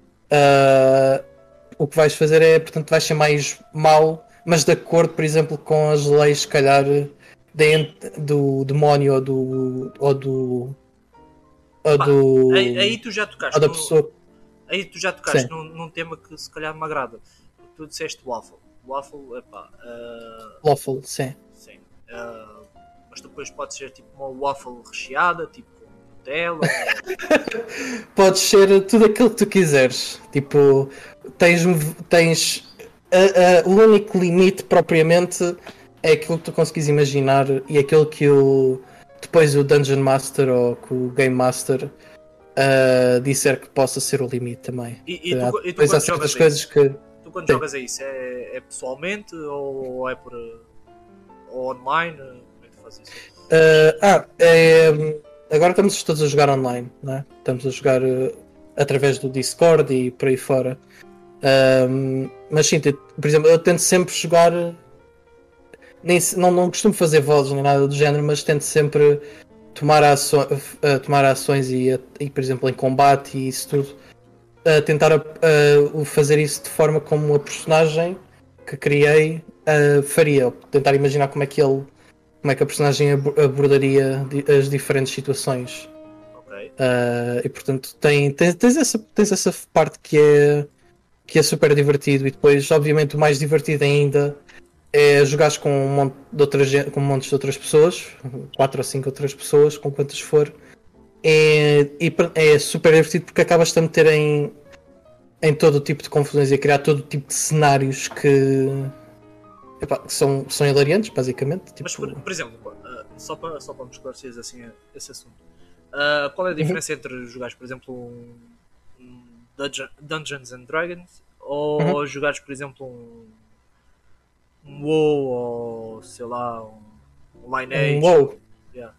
uh, o que vais fazer é, portanto, vais ser mais mau, mas de acordo, por exemplo, com as leis, se calhar, de, do demónio ou do ou do ou Pá, do aí, aí tu já tocaste. ou da no- pessoa. Aí tu já tocaste Sim. num, num tema que se calhar me agrada. Tu disseste waffle. Waffle, epá. ah, Lawful, sim. sim. Ah, mas depois pode ser tipo uma waffle recheada, tipo com Nutella. Podes ser tudo aquilo que tu quiseres. Tipo, tens, tens a- a- o único limite propriamente é aquilo que tu conseguis imaginar e aquilo que o depois o Dungeon Master ou que o Game Master uh, disser que possa ser o limite também. E, e Há- tu, e tu depois há quando certas jogas a coisas isso? que. Tu quando Sim. jogas a isso é, é pessoalmente ou é por ou online? Como é que tu fazes isso? Uh, ah, é, agora estamos todos a jogar online, não é? Estamos a jogar uh, através do Discord e por aí fora. Um, mas sim, te- por exemplo, eu tento sempre jogar. Nem, se- não, não costumo fazer vozes nem nada do género, mas tento sempre tomar, aço, uh, tomar ações e, e, por exemplo, em combate e isso tudo, uh, tentar uh, fazer isso de forma como a personagem que criei uh, faria. Tentar imaginar como é que ele. Como é que a personagem ab- abordaria di- as diferentes situações. Ok. Uh, e portanto tem, tens, tens, essa, tens essa parte que é, que é super divertido. E depois, obviamente, o mais divertido ainda é jogares com um monte de outras, gen- com um monte de outras pessoas, quatro ou cinco outras pessoas, com quantas for. É, e pr- é super divertido porque acabas-te a meter em, em todo o tipo de confusões e a criar todo o tipo de cenários que, epá, que são, são hilariantes, basicamente. Tipo, Mas, por, por exemplo, ah, só para só para me esclareceres assim esse assunto, ah, qual é a diferença entre jogares, por exemplo, um, um Dungeon- Dungeons and Dragons ou Uhum. jogares, por exemplo, um, um WoW ou sei lá, um, um Lineage? Um WoW. Yeah.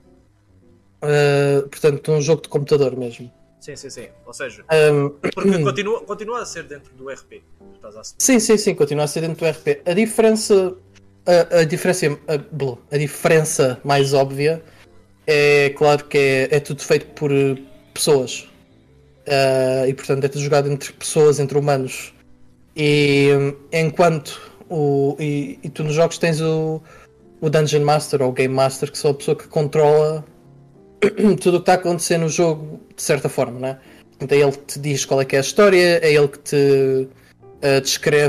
Uh, portanto, um jogo de computador mesmo. Sim, sim, sim. Ou seja, Um, porque continua, continua a ser dentro do R P. Estás a assumir. sim, sim, sim, continua a ser dentro do R P. A diferença, a, a diferença, a, blá, a diferença mais óbvia é, claro, que é, é tudo feito por eh, pessoas. Uh, e portanto é tudo jogado entre pessoas, entre humanos. E hum, enquanto o, e, e tu nos jogos tens o, o Dungeon Master ou o Game Master, que são a pessoa que controla tudo o que está a acontecer no jogo de certa forma, né? Portanto, é ele que te diz qual é que é a história, é ele que te uh, descreve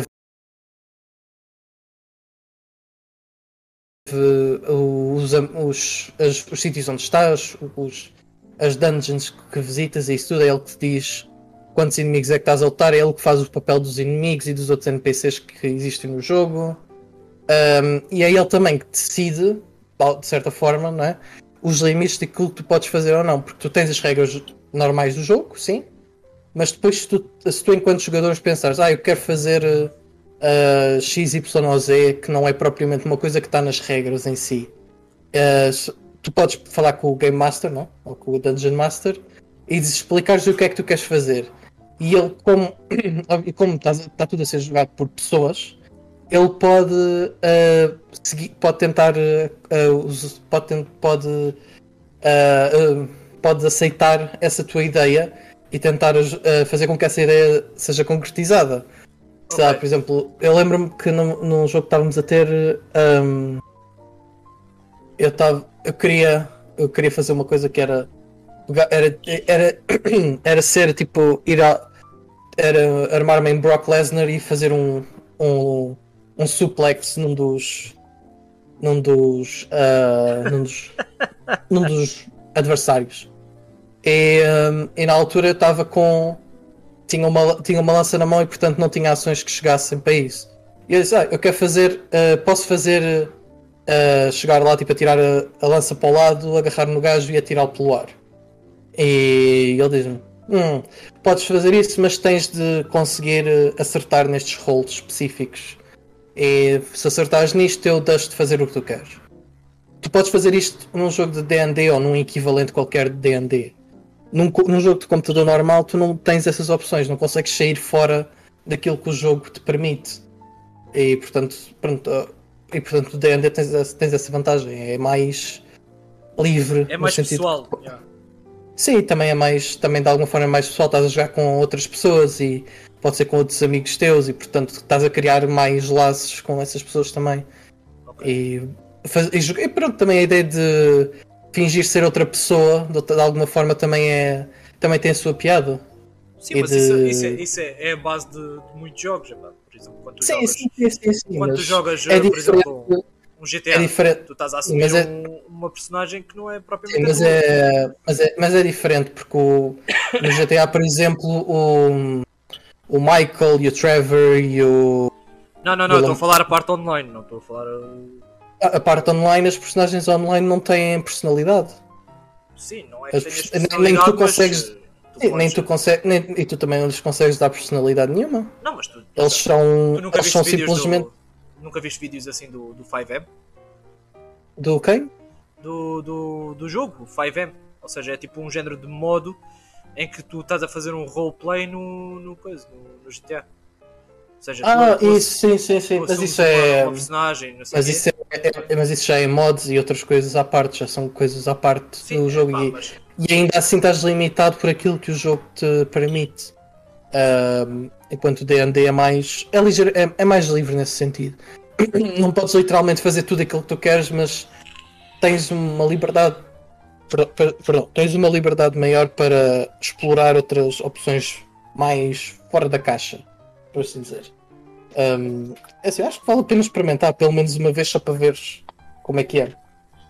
uh, os, os, as- os sítios onde estás, os, as dungeons que visitas e isso tudo, é ele que te diz quantos inimigos é que estás a lutar, é ele que faz o papel dos inimigos e dos outros N P Cs que existem no jogo. Um, e é ele também que decide, de certa forma, não é? Os limites daquilo que tu podes fazer ou não, porque tu tens as regras normais do jogo, sim, mas depois se tu, se tu enquanto jogadores pensares, ah, eu quero fazer uh, X, Y ou Z, que não é propriamente uma coisa que está nas regras em si, Uh, se- tu podes falar com o Game Master, não? Ou com o Dungeon Master e explicares o que é que tu queres fazer. E ele, como, e como está, está tudo a ser jogado por pessoas, ele pode uh, seguir, pode tentar uh, uh, us- pode, ten- pode, uh, uh, pode aceitar essa tua ideia e tentar uh, fazer com que essa ideia seja concretizada. Sei lá, Ok. por exemplo, eu lembro-me que num, num jogo que estávamos a ter, um, eu, tava, eu, queria, eu queria fazer uma coisa que era pegar- era, era, era ser tipo ir a era armar-me em Brock Lesnar e fazer um, um, um suplex num dos num dos, ah, num dos num dos adversários e, um, e na altura eu estava com tinha uma, tinha uma lança na mão e portanto não tinha ações que chegassem para isso e eu disse, ah, eu quero fazer ah, posso fazer ah, chegar lá tipo a tirar a, a lança para o lado, agarrar no gajo e atirar pelo ar. E ele diz-me: hum, podes fazer isso, mas tens de conseguir eh, acertar nestes rolos específicos. E se acertares nisto, eu deixo de fazer o que tu queres. Tu podes fazer isto num jogo de D and D ou num equivalente qualquer de D and D. Num, co- num jogo de computador normal, tu não tens essas opções, não consegues sair fora daquilo que o jogo te permite. E portanto, pronto, eh, e, portanto o D and D tens, essa- tens essa vantagem, é mais livre É no mais sentido pessoal. que Yeah. sim, também é mais, também de alguma forma é mais pessoal, estás a jogar com outras pessoas e pode ser com outros amigos teus e portanto estás a criar mais laços com essas pessoas também. Ok. E, faz- e, jogar- e pronto, também a ideia de fingir ser outra pessoa de, outra- de alguma forma também é também tem a sua piada. Sim, E mas isso, isso, é, de. isso é, é a base de, de muitos jogos. Epá. Por exemplo, quando tu Sim, jogas, sim, sim, sim, sim, quando tu mas jogas é eh, por diferente. exemplo, um É G T A, diferente. tu estás a Sim, assumir mas é, um- uma personagem que não é sim, propriamente a mas tua. é, mas é, mas é diferente porque o, no G T A, por exemplo, o, o Michael e o Trevor e o Não, não, e não, o eu estou a Lam- falar a parte online, não estou a falar. uh, A a parte online, as personagens online não têm personalidade. Sim, não é que As tenhas pers- nem, nem tu personalidade, mas consegues. uh, tu Sim, nem podes. tu consegues. Nem, e tu também não lhes consegues dar personalidade nenhuma. Não, mas tu, por Eles exemplo, tu são. nunca Eles viste são vídeos simplesmente. do. Nunca viste vídeos assim do, do cinco M? Do quem? Do, do, do jogo, o cinco M. Ou seja, é tipo um género de modo em que tu estás a fazer um roleplay no, no, coisa, no, no G T A. Ou seja, tu, Ah, tu, isso, sim, sim, sim. tu Mas assumes isso uma, é. uma personagem, não sei o Mas quê. isso, é, é- mas isso já é mods e outras coisas à parte, já são coisas à parte Sim, do é jogo pá, e, mas e ainda assim estás limitado por aquilo que o jogo te permite. Ahm, enquanto o D and D é mais, é, ligeiro, é, é mais livre nesse sentido. Não podes literalmente fazer tudo aquilo que tu queres, mas tens uma liberdade, per- per- perdão, tens uma liberdade maior para explorar outras opções mais fora da caixa, por assim dizer. Ahm, é assim, acho que vale a pena experimentar pelo menos uma vez só para veres como é que é.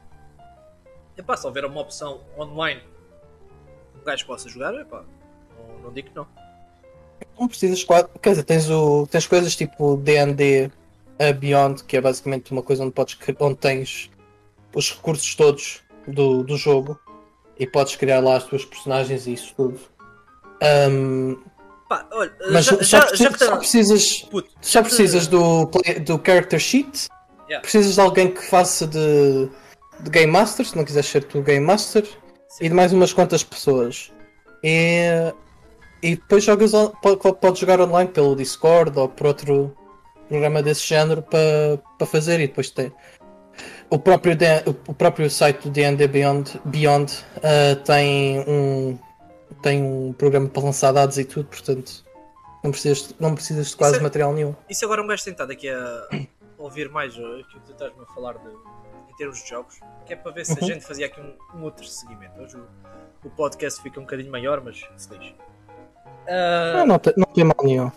é pá, se houver uma opção online um gajo possa jogar, é pá, não, não digo que não. Não precisas quase, quer dizer, tens, o, tens coisas tipo D and D uh, Beyond, que é basicamente uma coisa onde, podes, cri- onde tens os recursos todos do, do jogo e podes criar lá as tuas personagens e isso tudo. Ahm, Pá, olha, mas já, só, já, preci- já que só tá- precisas, puto, só já que- precisas do, play- do character sheet, Yeah, precisas de alguém que faça de, de Game Master, se não quiseres ser tu Game Master, sim. e de mais umas quantas pessoas. E, e depois jogas, on- po- po- podes jogar online pelo Discord ou por outro programa desse género para para fazer e depois tem o próprio, D- o próprio site do D and D Beyond, Beyond ah, tem um tem um programa para lançar dados e tudo, portanto não precisas, não precisas de Isso quase é- material nenhum. E se agora um gajo tentar daqui a ouvir mais uh, aquilo que tu estás-me a falar de, em termos de jogos, que é para ver se a Uhum. gente fazia aqui um, um outro seguimento. Hoje o, o podcast fica um bocadinho maior, mas se diz. Ah, não, tem, não tem mal nenhum.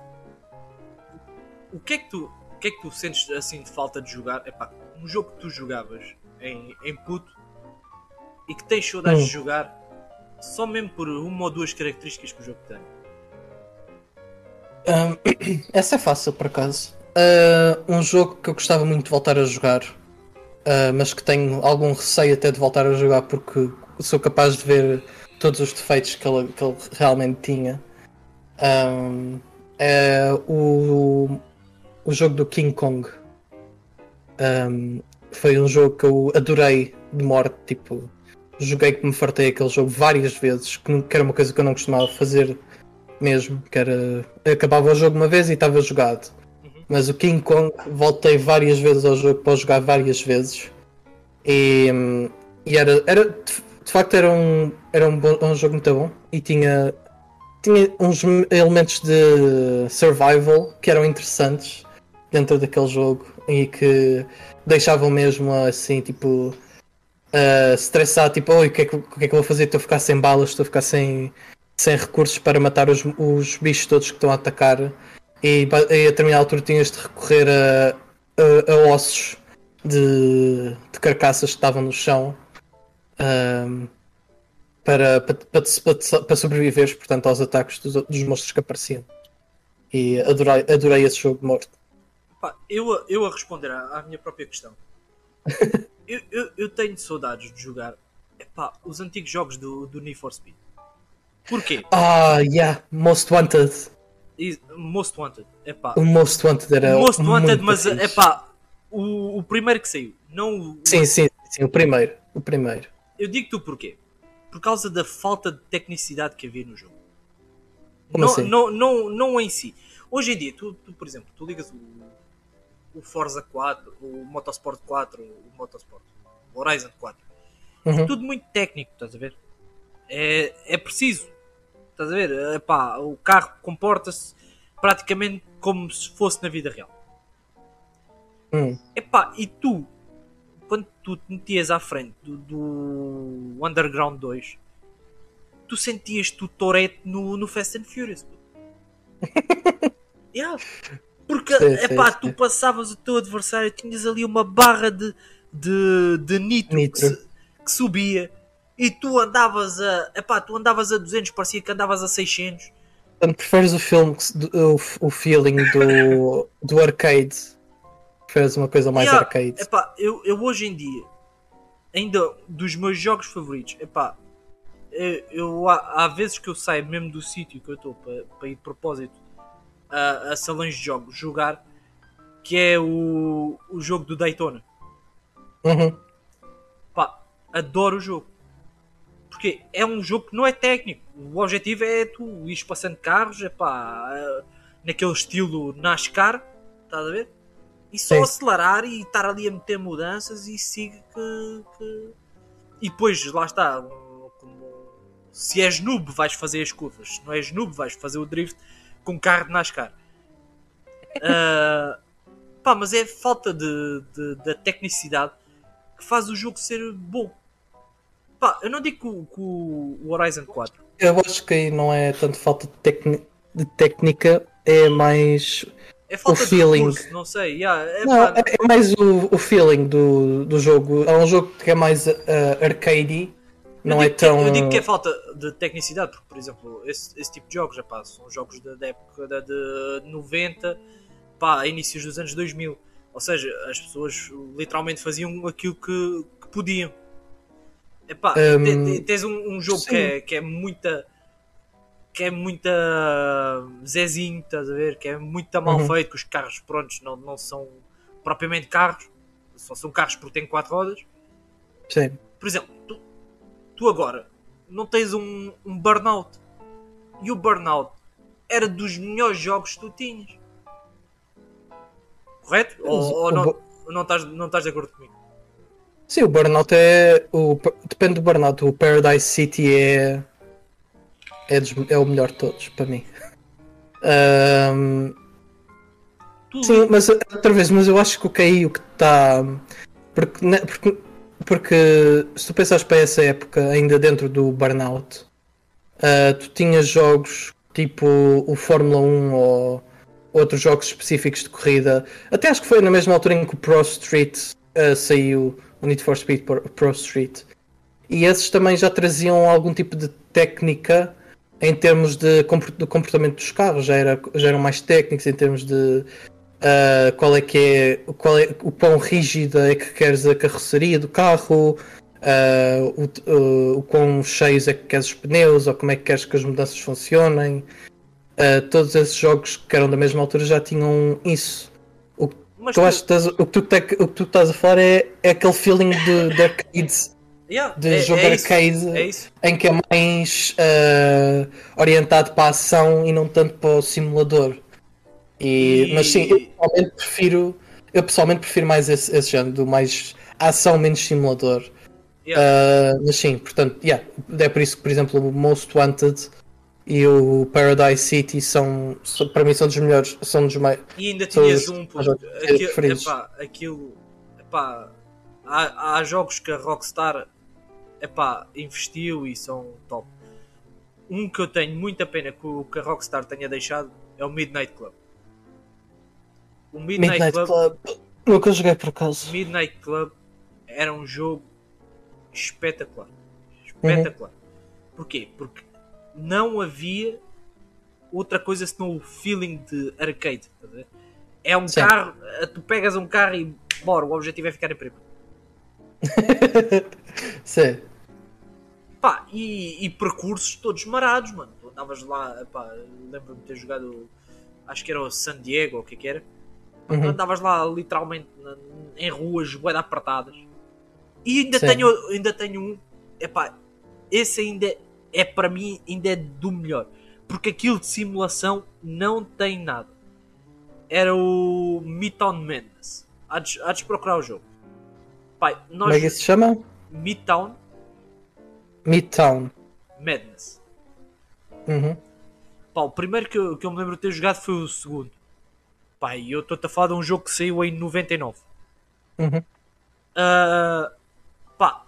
O que é que tu, o que é que tu sentes assim de falta de jogar? Epá, um jogo que tu jogavas em, em puto e que tens saudades Hum. de jogar só mesmo por uma ou duas características que o jogo tem. Ahm, essa é fácil por acaso. Ah, um jogo que eu gostava muito de voltar a jogar, ah, mas que tenho algum receio até de voltar a jogar porque sou capaz de ver todos os defeitos que ele, que ele realmente tinha. Ahm, é o, o jogo do King Kong. Ahm, foi um jogo que eu adorei de morte, tipo, joguei que me fartei aquele jogo várias vezes, que, não- que era uma coisa que eu não costumava fazer mesmo, que era, acabava o jogo uma vez e estava jogado. Uhum. Mas o King Kong, voltei várias vezes ao jogo para jogar várias vezes. E, hum, e era, era de, de facto era um, era um, bom, um jogo muito bom e tinha, tinha uns elementos de survival que eram interessantes dentro daquele jogo e que deixavam mesmo assim, tipo, a estressar, tipo, oi, o que, é que, o que é que eu vou fazer? Estou a ficar sem balas, estou a ficar sem, sem recursos para matar os, os bichos todos que estão a atacar. E, ba- e a determinada altura tinhas de recorrer a, a, a ossos de, de carcaças que estavam no chão, ahm, para, para, para, para, para sobreviveres, portanto, aos ataques dos, dos monstros que apareciam. E adorei, adorei esse jogo de morte. Pá, eu, a- eu a responder à, à minha própria questão. eu, eu, eu tenho saudades de jogar epá, os antigos jogos do, do Need for Speed. Porquê? Ah, yeah, Most Wanted. E Most Wanted. Epá, O Most Wanted era Most Wanted, muito mas fixe. epá, o, o primeiro que saiu. Não o, o- Sim, sim, sim, o primeiro. O primeiro. Eu digo-te o porquê. Por causa da falta de tecnicidade que havia no jogo. Como não, assim? não, não, não em si. Hoje em dia, tu, tu, por exemplo, tu ligas o, o Forza quatro, o Motorsport quatro, o Motorsport, o Horizon quatro. Uhum. Tudo muito técnico, estás a ver? É, é preciso. Estás a ver? Epá, o carro comporta-se praticamente como se fosse na vida real. Hum. Epá, e tu, quando tu te metias à frente do, do Underground dois, tu sentias-te o Tourette no, no Fast and Furious. Yeah. Porque Sim, epá, sim, tu sim. passavas o teu adversário, tinhas ali uma barra de, de, de nitro, Nitro. Que, se- que subia e tu andavas a epá, tu andavas a duzentos, parecia que andavas a seiscentos. Portanto, preferes o filme, que se- do- o, o feeling do, do arcade? Preferes uma coisa mais Yeah, arcade? epá, eu, eu hoje em dia, ainda dos meus jogos favoritos, epá, eu, eu- há, há vezes que eu saio mesmo do sítio que eu estou para, para ir de propósito a, a salões de jogos jogar, que é o, o jogo do Daytona. Uhum. Pá, adoro o jogo. Porque é um jogo que não é técnico. O objetivo é tu ires passando carros, epá, eh, naquele estilo NASCAR, estás a ver? E só Sim. acelerar e estar ali a meter mudanças e siga que, que... E depois, lá está, um, como... se és noob vais fazer as curvas, se não és noob vais fazer o drift com carro de NASCAR. Uh, pá, mas é falta de, de, da tecnicidade que faz o jogo ser bom. Pá, eu não digo que o, que o Horizon quatro Eu acho que aí não é tanto falta de, tecni- de técnica, é mais é falta o de feeling. recurso, não sei. Yeah, é, Não, pá, é é mais o, o feeling do, do jogo. É um jogo que é mais uh, arcade, eu, não é digo que, tão. eu digo que é falta de tecnicidade, porque, por exemplo, esse, esse tipo de jogos epá, são jogos da, da época da, de noventa, pá, a inícios dos anos dois mil. Ou seja, as pessoas literalmente faziam aquilo que, que podiam. Epá, Um, te- te- tens um, um jogo que sim. é, que é muita. Que é muita Zezinho, estás a ver? Que é muito mal Uhum. feito, que os carros prontos não, não são propriamente carros, só são carros porque têm quatro rodas. Sim. Por exemplo, tu, tu agora não tens um, um Burnout, e o Burnout era dos melhores jogos que tu tinhas, correto? Ou, ou O não, bu- não, estás, não estás de acordo comigo? Sim, o Burnout é. O, depende do Burnout. O Paradise City é. É, dos- é o melhor de todos, para mim. Um, Tu, sim, mas outra vez, mas eu acho que o K I o que está. Porque, ne- porque, porque se tu pensares para essa época, ainda dentro do Burnout, uh, tu tinhas jogos tipo o Fórmula um ou outros jogos específicos de corrida. Até acho que foi na mesma altura em que o Pro Street uh, saiu, o Need for Speed Pro, Pro Street. E esses também já traziam algum tipo de técnica em termos de, compor- de comportamento dos carros, já, era, já eram mais técnicos em termos de Uh, qual é que é, qual é o quão rígida é que queres a carroceria do carro, uh, o, uh, o quão cheios é que queres os pneus, ou como é que queres que as mudanças funcionem. Uh, todos esses jogos que eram da mesma altura já tinham isso. O, Mas Tu tu- acho que estás- o, que tu, te- o que tu estás a falar é, é aquele feeling de, de arcade, yeah, de é, jogo é isso, arcade, é isso. em que é mais ah, orientado para a ação e não tanto para o simulador. E, mas sim, eu E pessoalmente prefiro, eu pessoalmente prefiro mais esse, esse género, do mais ação menos simulador. yeah. Ah, mas sim, portanto, yeah, é por isso que, por exemplo, o Most Wanted e o Paradise City são, são- para mim são dos melhores, são dos mais, E ainda são tinhas os um, meus puto, jogos aquilo, preferidos. epá, aquilo, epá, há, há jogos que a Rockstar, epá, investiu e são top. Um que eu tenho muita pena que, o, que a Rockstar tenha deixado é o Midnight Club. O Midnight, Midnight Club, Club, nunca joguei por acaso. Midnight Club era um jogo espetacular. Espetacular. Porquê? Porque não havia outra coisa senão o feeling de arcade. Tá a ver? É um Sim. carro, tu pegas um carro e bora, o objetivo é ficar em primeiro. Sim. Pá, e, e percursos todos marados, mano. Tu andavas lá, pá, lembro-me de ter jogado, acho que era o San Diego, ou o que é que era. Pá, tu Uhum. andavas lá literalmente na- em ruas bué de apertadas. E ainda Sim. tenho, ainda tenho um, epá, esse ainda é para mim, ainda é do melhor. Porque aquilo de simulação não tem nada. Era o Midtown Madness. Há de, há de procurar o jogo. Pai, Como nós é que isso se chama? Midtown Midtown. Madness. Uhum. Pá, o primeiro que eu, que eu me lembro de ter jogado foi o segundo. Pá, e eu estou-te a falar de um jogo que saiu em noventa e nove. Uhum. Ah, pá,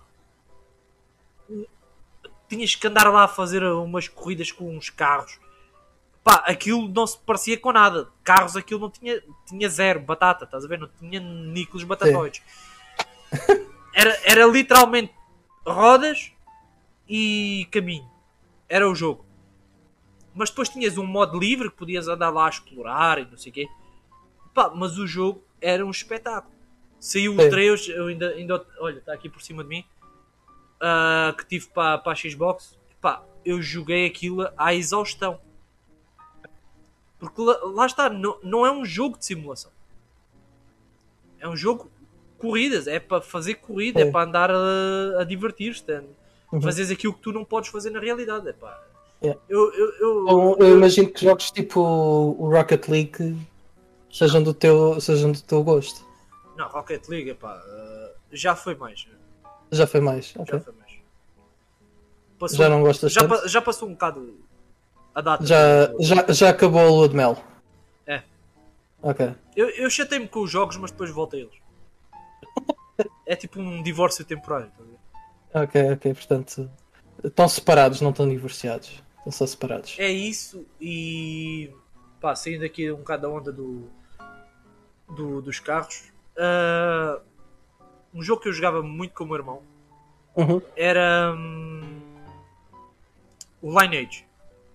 tinhas que andar lá a fazer umas corridas com uns carros. Pá, aquilo não se parecia com nada. Carros aquilo não tinha, tinha zero batata, estás a ver? Não tinha níqueles batatoides. Era, era literalmente rodas e caminho. Era o jogo. Mas depois tinhas um modo livre que podias andar lá a explorar e não sei o quê. Pá, mas o jogo era um espetáculo. Saiu o Sim. três, eu ainda, ainda olha, está aqui por cima de mim, ah, que tive para, para a Xbox. Pá, eu joguei aquilo à exaustão. Porque lá, lá está, não, não é um jogo de simulação. É um jogo de corridas, é para fazer corrida, é, É. para andar a, a divertir-te, é Uhum. fazeres aquilo que tu não podes fazer na realidade. É pá. É. Eu, eu, eu, Então, eu imagino que jogos tipo o Rocket League sejam do teu, sejam do teu gosto. Não, Rocket League, é pá, ah, já foi mais. Já foi mais. Já Ok. foi mais. Passou- Já não gostas já, tanto? pa- já passou um bocado a data. Já, do- já, já acabou a lua de mel. É. Ok. Eu, eu chatei-me com os jogos, mas depois volto a eles. É tipo um divórcio temporário. Tá a ver? Ok, ok. Portanto, estão separados, não estão divorciados. Estão só separados. É isso e pá, saindo aqui um bocado da onda do, do- dos carros. ah, um jogo que eu jogava muito com o meu irmão Uhum. era hum, o Lineage.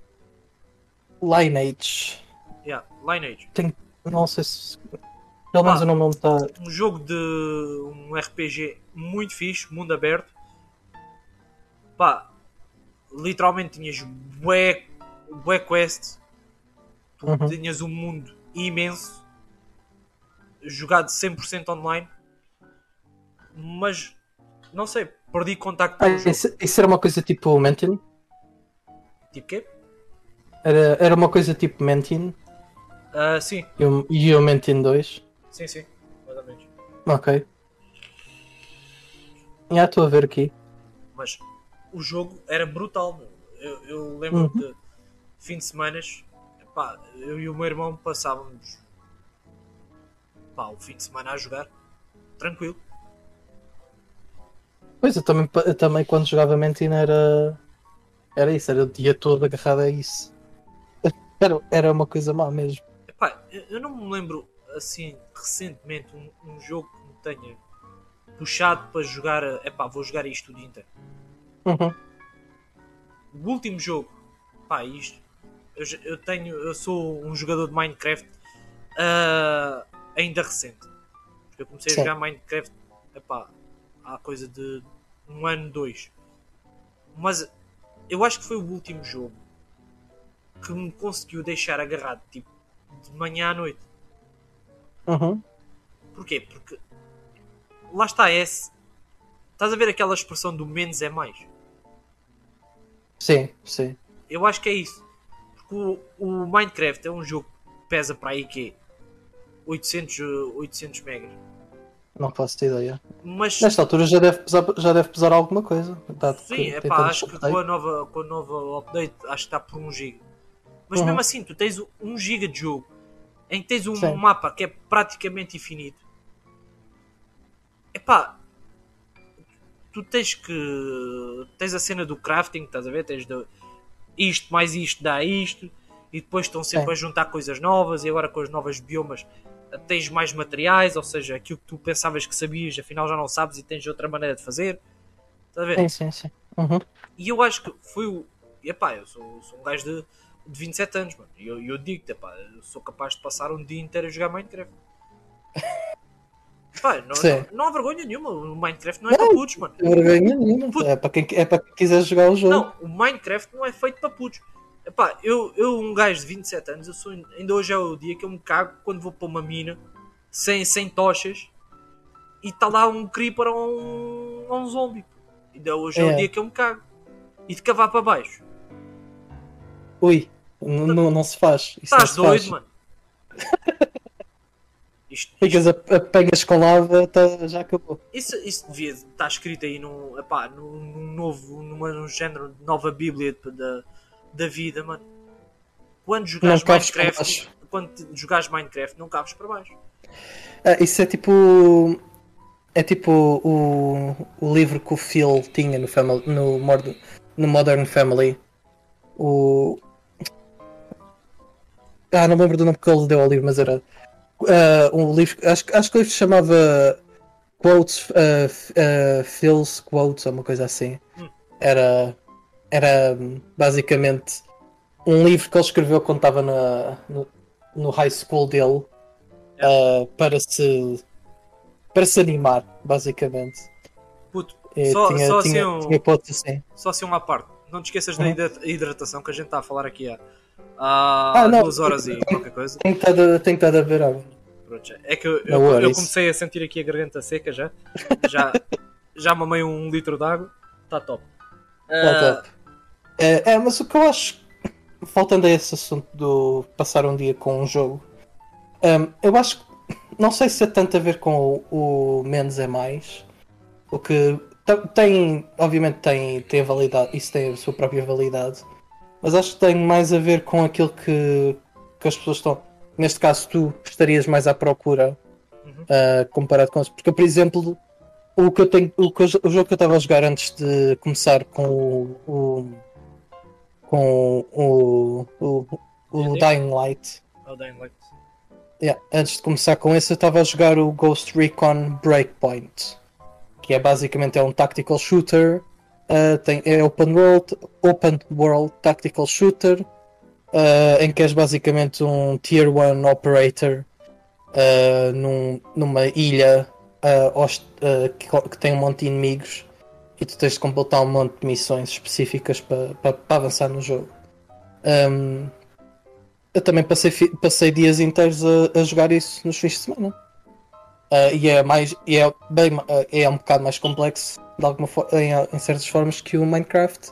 Lineage. Yeah, Lineage. Tenho, não sei se. Pelo menos Pá. o nome não está. Um jogo de um R P G muito fixe, mundo aberto. Pá, literalmente tinhas bué, bué quest. Tu Uhum. tinhas um mundo imenso, jogado cem por cento online. Mas não sei, perdi contacto Ah, com o jogo. isso, isso era uma coisa tipo Mentin? Tipo quê? Era, era uma coisa tipo Mentin Ah, sim, e o, e o Mentin dois? sim, sim, mais ou menos. Ok. Já estou a ver aqui. Mas o jogo era brutal, meu. Eu, eu lembro Uhum. de fim de semanas, pá, eu e o meu irmão passávamos pá, o fim de semana a jogar, tranquilo. Pois, eu também, eu também quando jogava Mentin era. Era isso, era o dia todo agarrado a isso. Era, era uma coisa má mesmo. Epá, eu eu não me lembro assim recentemente um, um jogo que me tenha puxado para jogar. Epá, vou jogar isto o dia inteiro. Uhum. O último jogo, pá, isto. Eu, já- eu tenho, eu sou um jogador de Minecraft ah, ainda recente. Porque eu comecei Sim. a jogar Minecraft, epá, há coisa de um ano, dois. Mas eu acho que foi o último jogo que me conseguiu deixar agarrado, tipo, de manhã à noite. Uhum. Porquê? Porque lá está esse. Estás a ver aquela expressão do menos é mais? Sim, sim. Eu acho que é isso. Porque o, o Minecraft é um jogo que pesa para aí que oitocentos, oitocentos megas. Não faço ideia. Mas Nesta altura já deve pesar, já deve pesar alguma coisa. Dado sim, que é tem pá, tanto acho que update. com a, nova, com a nova update acho que está por um giga. Mas Uhum. mesmo assim, tu tens um giga de jogo em que tens um Sim. mapa que é praticamente infinito. É pá, tu tens que. Tens a cena do crafting, estás a ver? Tens de, isto mais isto dá isto, e depois estão sempre Sim. a juntar coisas novas, e agora com as novas biomas tens mais materiais, ou seja, aquilo que tu pensavas que sabias, afinal já não sabes e tens outra maneira de fazer. Estás a ver? Sim, sim, sim. Uhum. E eu acho que foi o. Epá, eu sou, sou um gajo de, de vinte e sete anos, mano. E eu, eu digo-te, epá, eu sou capaz de passar um dia inteiro a jogar Minecraft. Epá, não, Sim. não, não há vergonha nenhuma. O Minecraft não é Não, para putos, mano. Não tem vergonha nenhuma. Puto. É para quem, é para quem quiser jogar o jogo. Não, o Minecraft não é feito para putos. Epá, eu, eu, um gajo de vinte e sete anos, eu sou, ainda hoje é o dia que eu me cago quando vou para uma mina sem, sem tochas e está lá um creeper ou um, ou um zombie. Ainda hoje é. é o dia que eu me cago. E de cavar para baixo. Ui, não, não, não se faz. Estás doido, faz. Mano. Isto, Ficas isto... a, a pegas com lava, tá, já acabou. Isso, isso devia estar escrito aí num, epá, num, num novo, numa, num género de nova bíblia da, da vida, mano. Quando jogares Minecraft, quando jogares Minecraft, não cabes para baixo. Ah, isso é tipo. É tipo o, o livro que o Phil tinha no, family, no, no Modern Family. O. Ah, não me lembro do nome que ele deu ao livro, mas era. Uh, um livro. Acho, acho que o livro se chamava Quotes. Uh, uh, Phil's Quotes, ou uma coisa assim. Hum. Era. Era basicamente um livro que ele escreveu quando estava na, no, no high school dele. É. Uh, para se. Para se animar, basicamente. Puto, é, só, tinha, só, tinha, assim um, tinha assim. só assim uma parte. Não te esqueças uhum. da hidratação que a gente está a falar aqui há, há ah, não, duas horas tem, e qualquer coisa. Tem que estar a ver água. É que eu, eu, eu comecei a sentir aqui a garganta seca já. Já, já mamei um litro de água. Está top. Está uh... top. É, é, mas o que eu acho, faltando a esse assunto do passar um dia com um jogo, um, eu acho que não sei se é tanto a ver com o, o menos é mais, o que tem, obviamente tem, tem a validade, isso tem a sua própria validade, mas acho que tem mais a ver com aquilo que, que as pessoas estão, neste caso tu estarias mais à procura, uhum. uh, comparado com isso, porque por exemplo, o, que eu tenho, o, que eu, o jogo que eu estava a jogar antes de começar com o, o com o, o, o Dying Light, oh, Dying Light. Yeah, antes de começar com esse eu estava a jogar o Ghost Recon Breakpoint, que é basicamente é um tactical shooter, uh, tem, é open world, open world tactical shooter, uh, em que és basicamente um tier one operator uh, num, numa ilha uh, host, uh, que, que tem um monte de inimigos e tu tens de completar um monte de missões específicas para pa, pa avançar no jogo. Um, Eu também passei, passei dias inteiros a, a jogar isso nos fins de semana. Uh, e é mais e é, bem, uh, é um bocado mais complexo de alguma for- em, em certas formas que o Minecraft.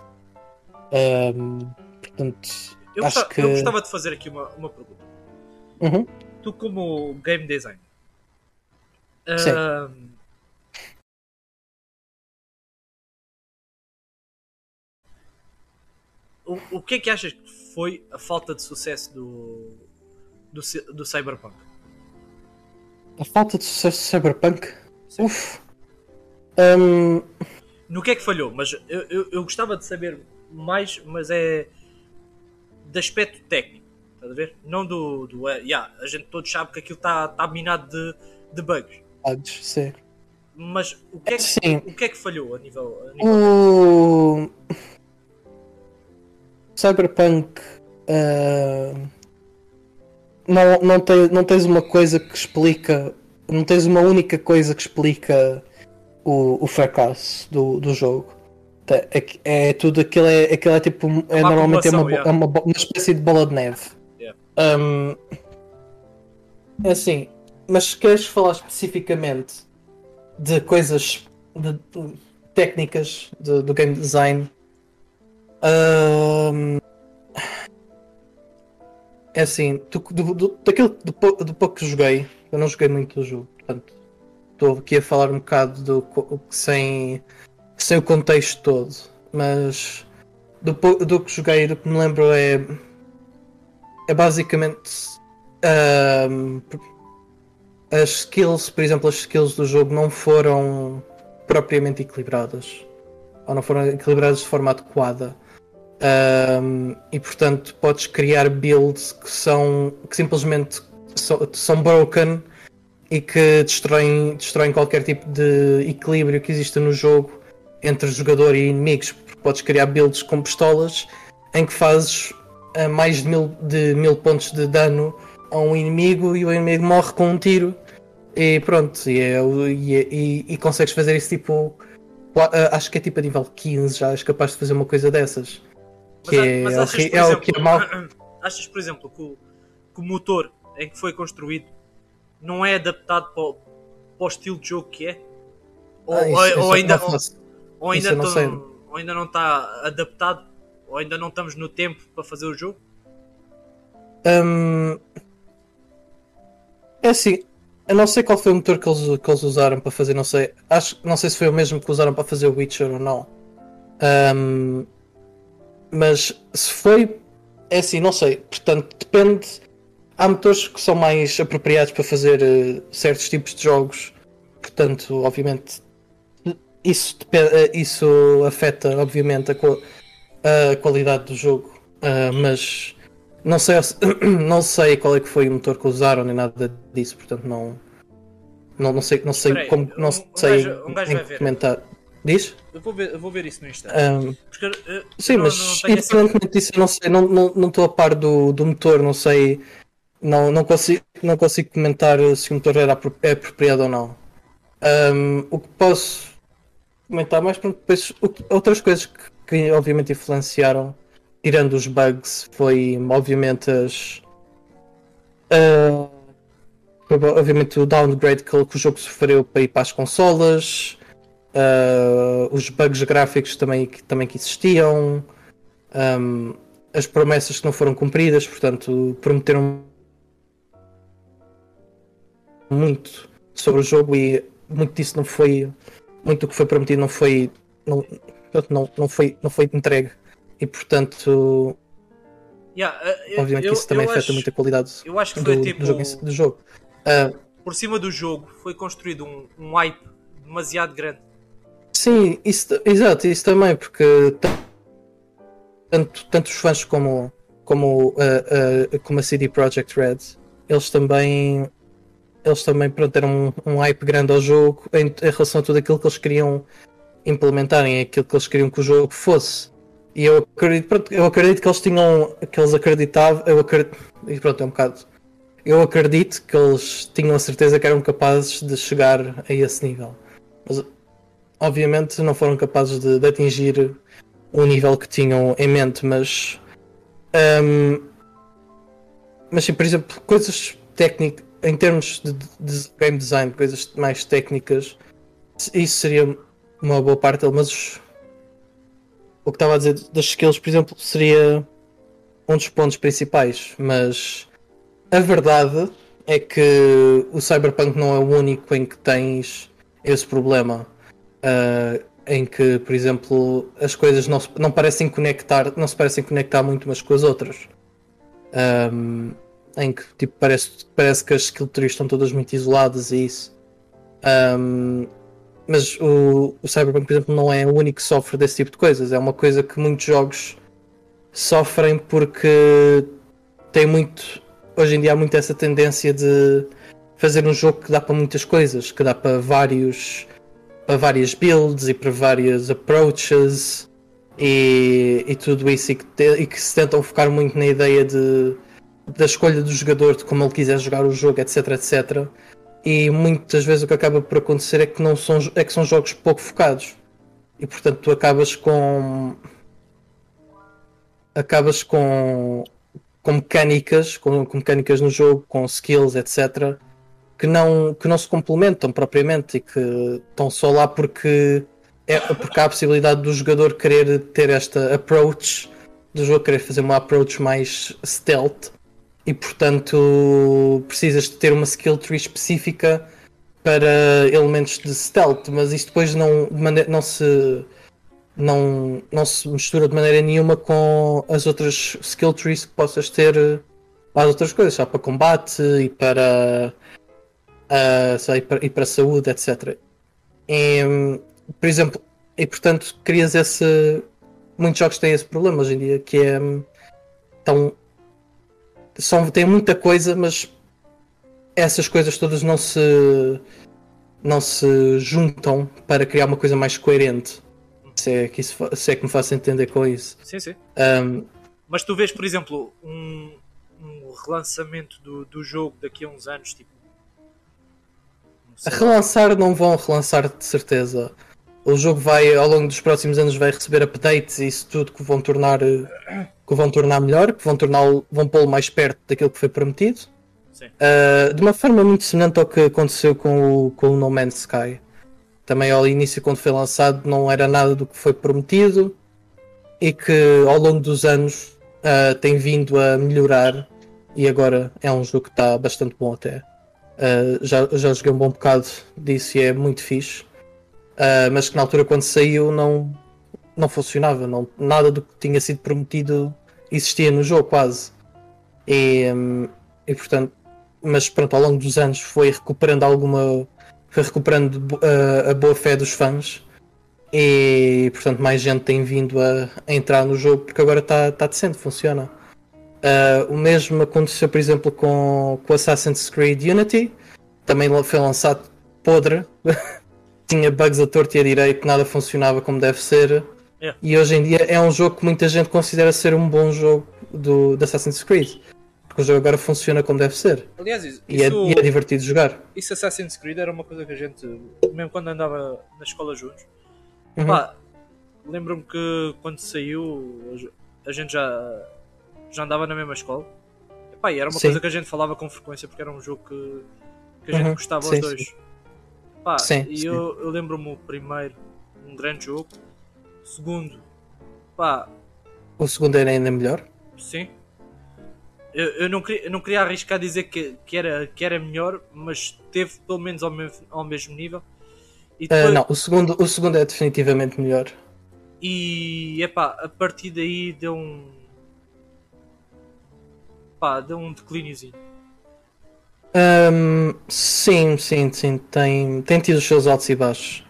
Um, portanto, eu, acho gostava, que... eu gostava de fazer aqui uma, uma pergunta. Uhum. Tu, como game designer, Sim. Uh, o, o que é que achas que foi a falta de sucesso do, do, do Cyberpunk? A falta de sucesso do Cyberpunk? Sim. Uf. Um... No que é que falhou? Mas eu, eu, eu gostava de saber mais, mas é de aspecto técnico, estás a ver? Não do... do uh, yeah, a gente todos sabe que aquilo está tá minado de, de bugs. Bugs, sim. Mas o que é que, sim. O que, é que falhou a nível... A nível o... Cyberpunk... Uh... Não, não, te, não tens uma coisa que explica... Não tens uma única coisa que explica o, o fracasso do, do jogo. É, é tudo aquilo, é, aquilo é tipo... É, normalmente é uma, yeah. é uma, uma espécie de bola de neve. Yeah. Um, é assim... mas se queres falar especificamente de coisas de, de técnicas de, do game design, hum, é assim, do, do, do, daquilo do, do pouco que joguei, eu não joguei muito o jogo, portanto estou aqui a falar um bocado do, sem, sem o contexto todo, mas do, do que joguei, do que me lembro é, é basicamente um, as skills, por exemplo, as skills do jogo não foram propriamente equilibradas, ou não foram equilibradas de forma adequada. Um, e portanto podes criar builds que são que simplesmente so, são broken e que destroem, destroem qualquer tipo de equilíbrio que exista no jogo entre jogador e inimigos, porque podes criar builds com pistolas em que fazes uh, mais de mil, de mil pontos de dano a um inimigo e o inimigo morre com um tiro e pronto, e, é, e, e, e consegues fazer isso tipo, uh, acho que é tipo a nível quinze, já és capaz de fazer uma coisa dessas. Que mas, é, mas achas, é, por é exemplo, o que é mal... achas, por exemplo, que o, que o motor em que foi construído não é adaptado para o, para o estilo de jogo que é? Ou, ah, isso, ou, isso ou ainda, ou, ou, ainda não tão, ou ainda não está adaptado? Ou ainda não estamos no tempo para fazer o jogo? Hum, é assim, eu não sei qual foi o motor que eles, que eles usaram para fazer, não sei. Acho, não sei se foi o mesmo que usaram para fazer o Witcher ou não. Um, mas se foi, é assim, não sei. Portanto, depende. Há motores que são mais apropriados para fazer uh, certos tipos de jogos. Portanto, obviamente, isso, isso afeta, obviamente, a, a qualidade do jogo. Uh, mas não sei, não sei qual é que foi o motor que usaram nem nada disso, portanto não, não, não sei, não sei aí, como, não um, sei um gajo, um gajo em vai que ver. comentar. Diz? Eu vou ver, eu vou ver isso no instante. Um, Porque, uh, sim, não, mas não independentemente disso, eu não sei, não estou não, não a par do, do motor, não sei, não, não, consigo, não consigo comentar se o motor era é apropriado ou não. Um, o que posso comentar mais, depois, outras coisas que, que obviamente influenciaram, tirando os bugs, foi obviamente as. Uh, obviamente o downgrade que, que o jogo sofreu para ir para as consolas, uh, os bugs gráficos também, que, também que existiam, um, as promessas que não foram cumpridas, portanto prometeram muito sobre o jogo e muito disso não foi, muito do que foi prometido não foi, não, não, não foi, não foi entregue e portanto yeah, uh, eu, obviamente eu, que isso também eu afeta acho, muito a qualidade eu acho que foi do, tipo, do jogo. Do jogo. Uh, por cima do jogo foi construído um, um hype demasiado grande. Sim, isso, exato, isso também, porque tanto, tanto os fãs como, como, uh, uh, como a C D Projekt Red, eles também, eles também pronto, deram um, um hype grande ao jogo em, em relação a tudo aquilo que eles queriam implementarem, aquilo que eles queriam que o jogo fosse. E eu acredito, pronto, eu acredito que eles tinham, que eles acreditavam, eu acredito, e pronto, é um bocado. Eu acredito que eles tinham a certeza que eram capazes de chegar a esse nível. Mas obviamente não foram capazes de, de atingir o nível que tinham em mente, mas um, mas sim, por exemplo, coisas técnicas em termos de, de game design, coisas mais técnicas, isso seria uma boa parte dele, mas o que estava a dizer das skills, por exemplo, seria um dos pontos principais, mas a verdade é que o Cyberpunk não é o único em que tens esse problema. Uh, em que, por exemplo, as coisas não se, não parecem conectar, não se parecem conectar muito umas com as outras. Um, em que tipo, parece, parece que as skill trees estão todas muito isoladas e isso. Um, mas o, o Cyberpunk, por exemplo, não é o único que sofre desse tipo de coisas. É uma coisa que muitos jogos sofrem porque tem muito. Hoje em dia há muito essa tendência de fazer um jogo que dá para muitas coisas, que dá para vários. para várias builds e para várias approaches e, e tudo isso e que, te, e que se tentam focar muito na ideia de, da escolha do jogador, de como ele quiser jogar o jogo, etc, etc. E muitas vezes o que acaba por acontecer é que, não são, é que são jogos pouco focados e portanto tu acabas com acabas com, com mecânicas com, com mecânicas no jogo, com skills, etc, que não, que não se complementam propriamente e que estão só lá porque, é, porque há a possibilidade do jogador querer ter esta approach, do jogo querer fazer uma approach mais stealth e portanto precisas de ter uma skill tree específica para elementos de stealth, mas isto depois não, não se não, não se mistura de maneira nenhuma com as outras skill trees que possas ter para as outras coisas, só para combate e para, uh, sei, para, e para saúde, etcétera. E, por exemplo, e portanto crias esse. Muitos jogos têm esse problema hoje em dia, que é tão, são, tem muita coisa, mas essas coisas todas não se não se juntam para criar uma coisa mais coerente. Se é que, isso, se é que me faço entender com isso. Sim, sim. Um, mas tu vês, por exemplo, um, um relançamento do, do jogo daqui a uns anos, tipo. A relançar não vão relançar de certeza. O jogo vai, ao longo dos próximos anos, vai receber updates e isso tudo que vão tornar que vão tornar melhor, que vão tornar vão pô-lo mais perto daquilo que foi prometido. Uh, de uma forma muito semelhante ao que aconteceu com o, com o No Man's Sky. Também ao início, quando foi lançado, não era nada do que foi prometido e que ao longo dos anos uh, tem vindo a melhorar e agora é um jogo que está bastante bom até. Uh, já, já joguei um bom bocado disso e é muito fixe, uh, mas que na altura quando saiu não, não funcionava, não, nada do que tinha sido prometido existia no jogo quase. E, um, e portanto, mas pronto, ao longo dos anos foi recuperando alguma, foi recuperando uh, a boa fé dos fãs e portanto mais gente tem vindo a, a entrar no jogo porque agora está tá decente, funciona. Uh, o mesmo aconteceu, por exemplo, com o Assassin's Creed Unity. Também foi lançado podre. Tinha bugs a torto e a direito, nada funcionava como deve ser. Yeah. E hoje em dia é um jogo que muita gente considera ser um bom jogo do, de Assassin's Creed. Porque o jogo agora funciona como deve ser. Aliás, isso, e, é, e é divertido jogar. Isso Assassin's Creed era uma coisa que a gente, mesmo quando andava na escola juntos, Uhum. pá, lembro-me que quando saiu a gente já... já andava na mesma escola. E, pá, e era uma sim. coisa que a gente falava com frequência porque era um jogo que, que a gente uhum. gostava sim, os dois. Sim. Pá, sim, e sim. eu, eu lembro-me o primeiro, um grande jogo. Segundo, pá. O segundo era ainda melhor? Sim. Eu, eu, não, queria, eu não queria arriscar dizer que, que, era, que era melhor, mas teve pelo menos ao, me, ao mesmo nível. E depois... uh, não, o segundo, o segundo é definitivamente melhor. E epá, a partir daí deu um. Pá, deu um declíniozinho. Um, sim, sim, sim. Tem, tem tido os seus altos e baixos.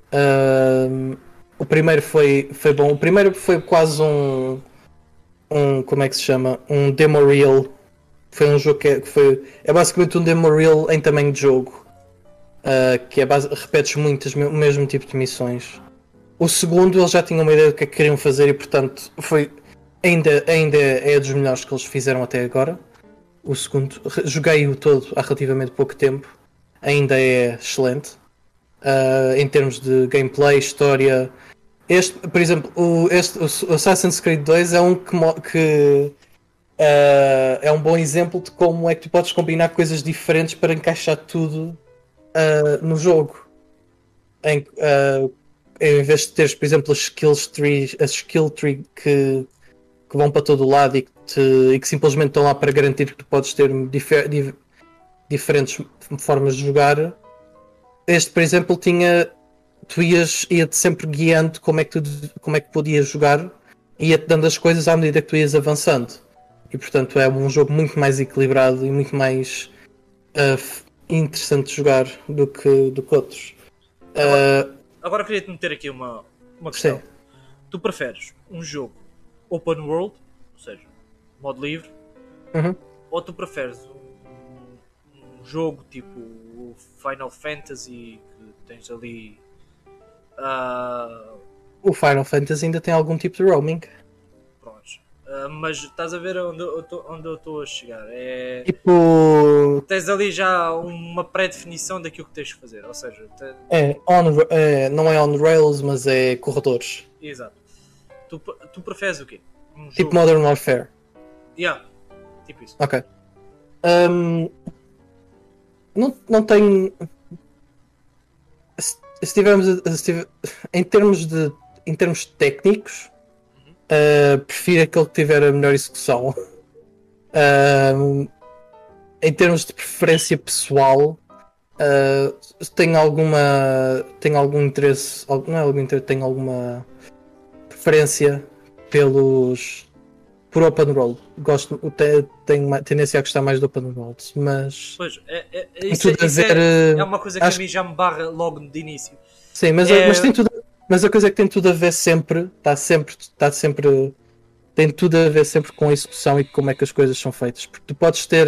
Um, o primeiro foi, foi bom. O primeiro foi quase um. um como é que se chama? Um demo reel. Foi um jogo que, é, que foi. É basicamente um demo reel em tamanho de jogo. Uh, que é base, repetes muitas, o mesmo tipo de missões. O segundo eles já tinham uma ideia do que é que queriam fazer e portanto foi. Ainda, ainda é dos melhores que eles fizeram até agora. O segundo, joguei-o todo há relativamente pouco tempo. Ainda é excelente. Uh, em termos de gameplay, história. Este, por exemplo, o, este, o Assassin's Creed dois é um que, que uh, é um bom exemplo de como é que tu podes combinar coisas diferentes para encaixar tudo uh, no jogo. Em, uh, em vez de teres, por exemplo, as skills tree, as skill tree que que vão para todo o lado e que, te, e que simplesmente estão lá para garantir que tu podes ter difer, dif, diferentes formas de jogar. Este, por exemplo, tinha tu ias ia-te sempre guiando como é que tu como é que podias jogar e ia-te dando as coisas à medida que tu ias avançando. E portanto é um jogo muito mais equilibrado e muito mais uh, interessante de jogar do que, do que outros. Agora, uh, agora queria-te meter aqui uma, uma questão. Sim. Tu preferes um jogo open world, ou seja, modo livre, uhum. ou tu preferes um, um jogo tipo o Final Fantasy que tens ali uh... o Final Fantasy ainda tem algum tipo de roaming. Pronto. Uh, mas estás a ver onde eu tô, onde eu estou a chegar, é tipo tens ali já uma pré-definição daquilo que tens que fazer, ou seja, te... é, on, é, não é on rails, mas é corredores. Exato. Tu, tu preferes o quê? Um tipo jogo... Modern Warfare. Yeah, tipo isso. Ok. Um, não, não tem. Se, se tivermos. a- se tiver- em, termos de, em termos técnicos, uh, prefiro aquele que tiver a melhor execução. Uh, em termos de preferência pessoal, uh, tenho alguma. Tenho algum interesse. al- Não é algum interesse, tenho alguma preferência pelos. Por open world. Gosto, te- tenho uma tendência a gostar mais do open world, mas. Pois, é, é, é- Tem isso, é, tudo a isso é- ver. uh, é uma coisa que acho a mim já me barra logo de início. Sim, mas, É- mas tem tudo. Mas a coisa é que tem tudo a ver sempre. Está sempre. Está sempre. Tem tudo a ver sempre com a execução e como é que as coisas são feitas. Porque tu podes ter.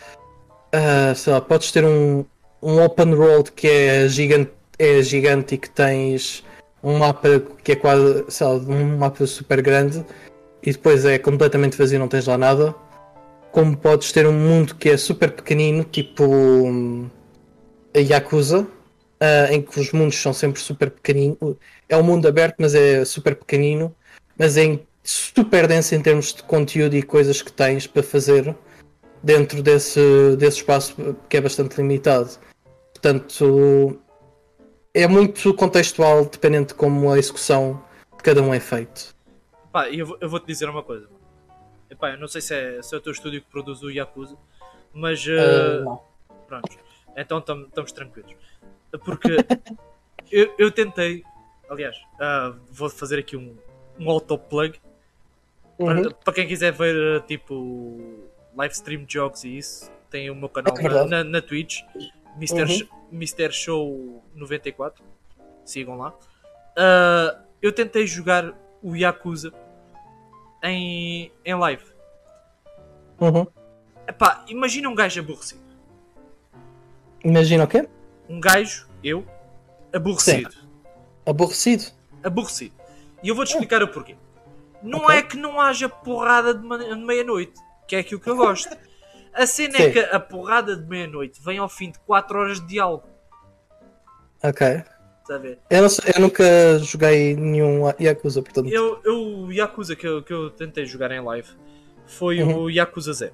Uh, sei lá, podes ter um, um open world que é gigante, é gigante e que tens um mapa que é quase. Sei lá, um mapa super grande e depois é completamente vazio, não tens lá nada. Como podes ter um mundo que é super pequenino, tipo hum, a Yakuza, uh, em que os mundos são sempre super pequeninos. É um mundo aberto, mas é super pequenino, mas é super denso em termos de conteúdo e coisas que tens para fazer dentro desse, desse espaço que é bastante limitado. Portanto, é muito contextual, dependendo de como a execução de cada um é feito. Pá, eu, vou- eu vou-te dizer uma coisa. Epá, eu não sei se é, se é o teu estúdio que produz o Yakuza, mas Uh, uh, não. pronto, então estamos tranquilos. Porque eu, eu tentei, aliás, uh, vou fazer aqui um, um autoplug Uhum. para, para quem quiser ver uh, tipo live stream de jogos e isso, tem o meu canal É na, verdade. na, na Twitch, mister Uhum. Sh- mister Show noventa e quatro, sigam lá. Uh, eu tentei jogar o Yakuza em, em live. Uhum. Epá, imagina um gajo aborrecido. Imagina o quê? Um gajo, eu, aborrecido. Aborrecido. Aborrecido. E eu vou-te explicar o porquê. Não Ok. é que não haja porrada de, ma- de meia-noite, que é aquilo que eu gosto. A cena Sim. é que a porrada de meia-noite vem ao fim de quatro horas de diálogo. Ok. Está a ver? Eu, não sei- eu nunca joguei nenhum Yakuza, portanto. Eu, eu, o Yakuza que eu, que eu tentei jogar em live foi Uhum. o Yakuza Zero.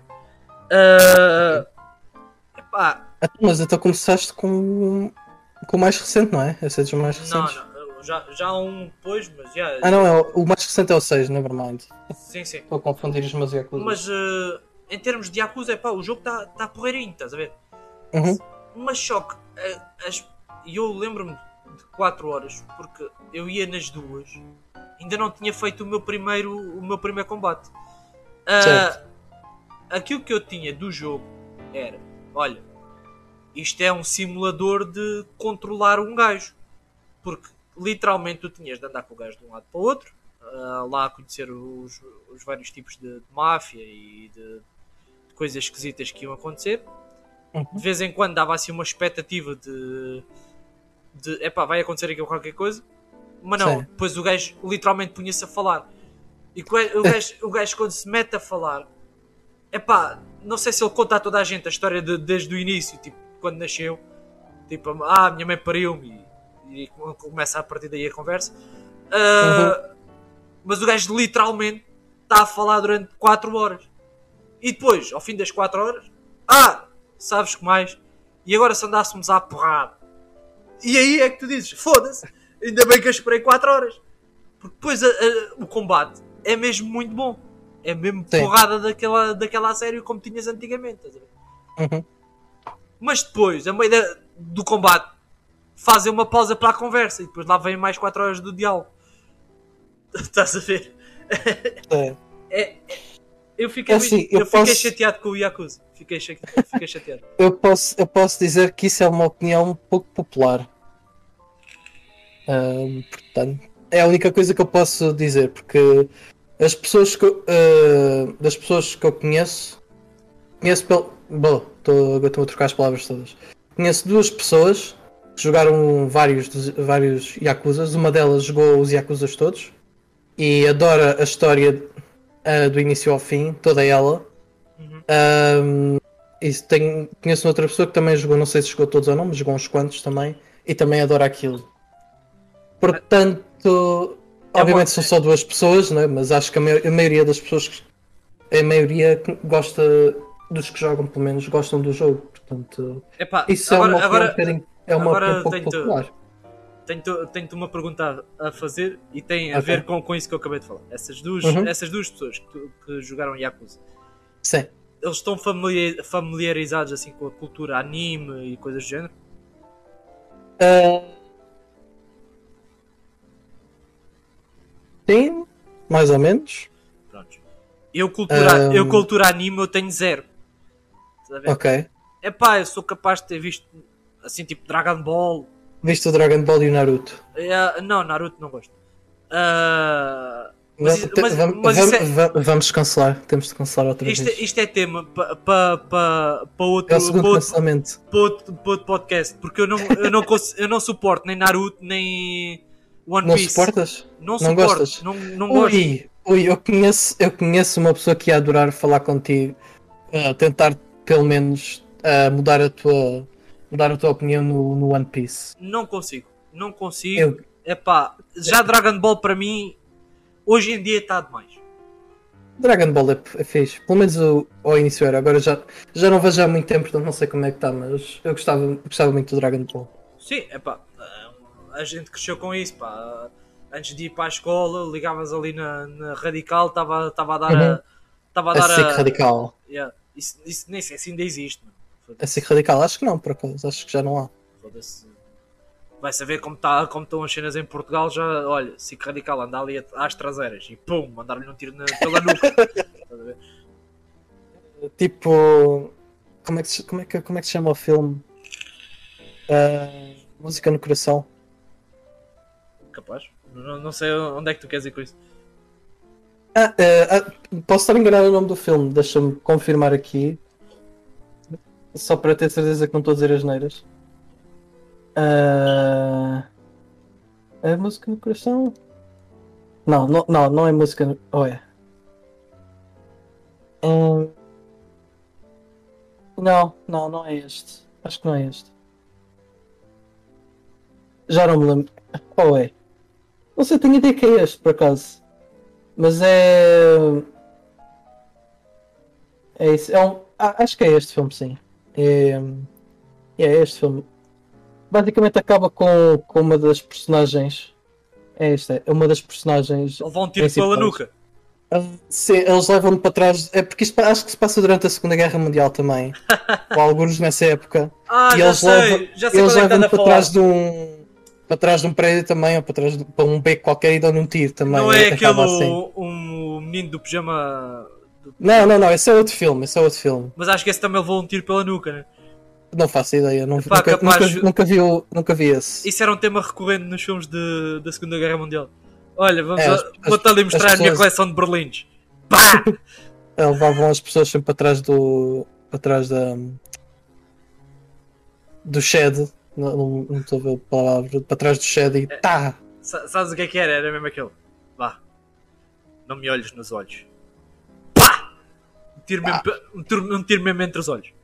Ah, epá, Ah, mas então começaste com, com o mais recente, não é? Esses são os mais não, recentes. não, já, já há um depois, mas já. Ah, não, é o, o mais recente é o seis, nevermind. Sim, sim. Estou a confundir os meus Yakuza. Mas uh, em termos de Yakuza, epá, o jogo está tá porreirinho, estás a ver? Uhum. Mas só que uh, as- eu lembro-me de quatro horas, porque eu ia nas duas, ainda não tinha feito o meu primeiro, o meu primeiro combate. Uh, Certo. aquilo que eu tinha do jogo era, olha, isto é um simulador de controlar um gajo. Porque literalmente tu tinhas de andar com o gajo de um lado para o outro, uh, lá a conhecer os, os vários tipos de, de máfia e de, de coisas esquisitas que iam acontecer. Uhum. De vez em quando dava assim uma expectativa de, de epá, vai acontecer aqui qualquer coisa, mas não, Sim. depois o gajo literalmente punha-se a falar. E o gajo, o gajo quando se mete a falar, epá, não sei se ele conta a toda a gente a história de, desde o início, tipo, quando nasceu, tipo, ah, minha mãe pariu-me e, e começa a partir daí a conversa. Uh, Uhum. Mas o gajo literalmente está a falar durante quatro horas. E depois, ao fim das quatro horas, ah, sabes que mais? E agora se andássemos à porrada. E aí é que tu dizes, foda-se, ainda bem que eu esperei quatro horas. Porque depois a, a, o combate é mesmo muito bom. É mesmo Sim. porrada daquela, daquela série como tinhas antigamente. Estás a ver? Uhum. Mas depois, a meio da, do combate, fazem uma pausa para a conversa e depois lá vem mais quatro horas do diálogo. Estás a ver? É. É, é- eu fiquei, É assim, muito- eu eu fiquei posso- chateado com o Yakuza. Fiquei, cha- fiquei chateado. Eu, posso, eu posso dizer que isso é uma opinião um pouco popular. Ahm, portanto, é a única coisa que eu posso dizer, porque as pessoas que eu, ah, das pessoas que eu conheço, conheço pelo. Bom, estou agora estou a trocar as palavras todas. Conheço duas pessoas que jogaram vários, dos- vários Yakuzas. Uma delas jogou os Yakuzas todos e adora a história ah, do início ao fim, toda ela. Uhum. Ahm, e tenho, conheço outra pessoa que também jogou, não sei se jogou todos ou não, mas jogou uns quantos também e também adora aquilo. Portanto, É obviamente uma- são só duas pessoas, né? Mas acho que a, mai- a maioria das pessoas, que- a maioria que gosta dos que jogam, pelo menos, gostam do jogo. Portanto, Portanto, Epá, isso agora, é uma agora, opinião um bocadinho, é uma agora opinião pouco tenho-te popular. tenho tenho uma pergunta a fazer e tem a Ok. ver com, com isso que eu acabei de falar. Essas duas, Uhum. essas duas pessoas que, tu- que jogaram Yakuza, Sim. eles estão familiar- familiarizados assim com a cultura anime e coisas do género? Ah, sim, mais ou menos. Pronto. Eu cultura, eu Ahm, cultura anime eu tenho zero. Estás a ver? ok. Epá, eu sou capaz de ter visto assim tipo Dragon Ball. Viste o Dragon Ball e o Naruto? É, não, Naruto não gosto. Ah, mas, Va- isso- te- mas, vam- mas isso, vam- é, va- Vamos cancelar. Temos de cancelar outra isto, é- vez. isto é tema para pa, pa, pa É o outro, segundo pa outro, cancelamento. pa outro, pa outro podcast. Porque eu não, eu, não cons- eu não suporto nem Naruto nem One Não Piece. suportas? Não Não suporto. gostas? Não, não gosto. Ui, ui, eu conheço, eu conheço uma pessoa que ia adorar falar contigo, ah, tentar pelo menos ah, mudar a tua mudar a tua opinião no, no One Piece. Não consigo. Não consigo. Eu, Epá, já Dragon Ball para mim hoje em dia está demais. Dragon Ball é, é fixe, pelo menos o, ao início era, agora já, já não vejo há muito tempo, portanto não sei como é que está, mas eu gostava, gostava muito do Dragon Ball. Sim, epá, a gente cresceu com isso, pá. Antes de ir para a escola, ligavas ali na, na Radical, estava a dar Uhum. a. Estava a A dar SIC a. Radical. Yeah. Isso, isso nem sei se ainda existe, mano. A Foda-se. SIC Radical, acho que não, por acaso, acho que já não há. Foda-se. Vai saber como, tá, como estão as cenas em Portugal, já, olha, S I C Radical anda ali às traseiras e pum, mandaram-lhe um tiro na, pela nuca. Estás a ver? Tipo, como é que, se- como é que, como é que se chama o filme? Ah, Música no Coração. Capaz. Não, não sei onde é que tu queres ir com isso. Ah, eh, ah, posso estar enganado no nome do filme, deixa-me confirmar aqui. Só para ter certeza que não estou a dizer asneiras. Ah, é música no coração? Não, não, não, não é música no. Oh, é. Hum, não, não, não é este. Acho que não é este. Já não me lembro. Qual é? Não sei, tenho ideia que é este, por acaso. Mas é. É isso. É um... ah, acho que é este filme, sim. É, é este filme. Basicamente acaba com, com uma das personagens. É esta, é uma das personagens. Levar um tiro pela principais. nuca. Ah, sim, eles levam-no para trás. É porque isto acho que se passa durante a Segunda Guerra Mundial também. Ou alguns nessa época. Ah, E já eles sei, levam- já sei Eles qual é que levam-no estás a para falar. trás de um. Para trás de um prédio também, ou para trás de para um beco qualquer e dão-lhe um tiro também. Não é aquele Acaba assim. um menino do pijama. do- Não, não, não, esse é outro filme, esse é outro filme. Mas acho que esse também levou um tiro pela nuca, né? Não faço ideia, não, Epá, nunca, capaz- nunca, vi- nunca, vi, o- nunca vi esse. Isso era um tema recorrente nos filmes de, da Segunda Guerra Mundial. Olha, vamos É, a- as- vou-te ali as mostrar a minha pessoas- coleção de berlindes. Pá! É, levavam as pessoas sempre para trás do. para trás da. do shed. Não, não, não estou a ver a palavra. Para trás do shed e tá! Sa- Sabes o que é que era? Era mesmo aquele. Vá. Não me olhes nos olhos. Pá! Um tiro mesmo, pe- um tiro, um tiro mesmo entre os olhos.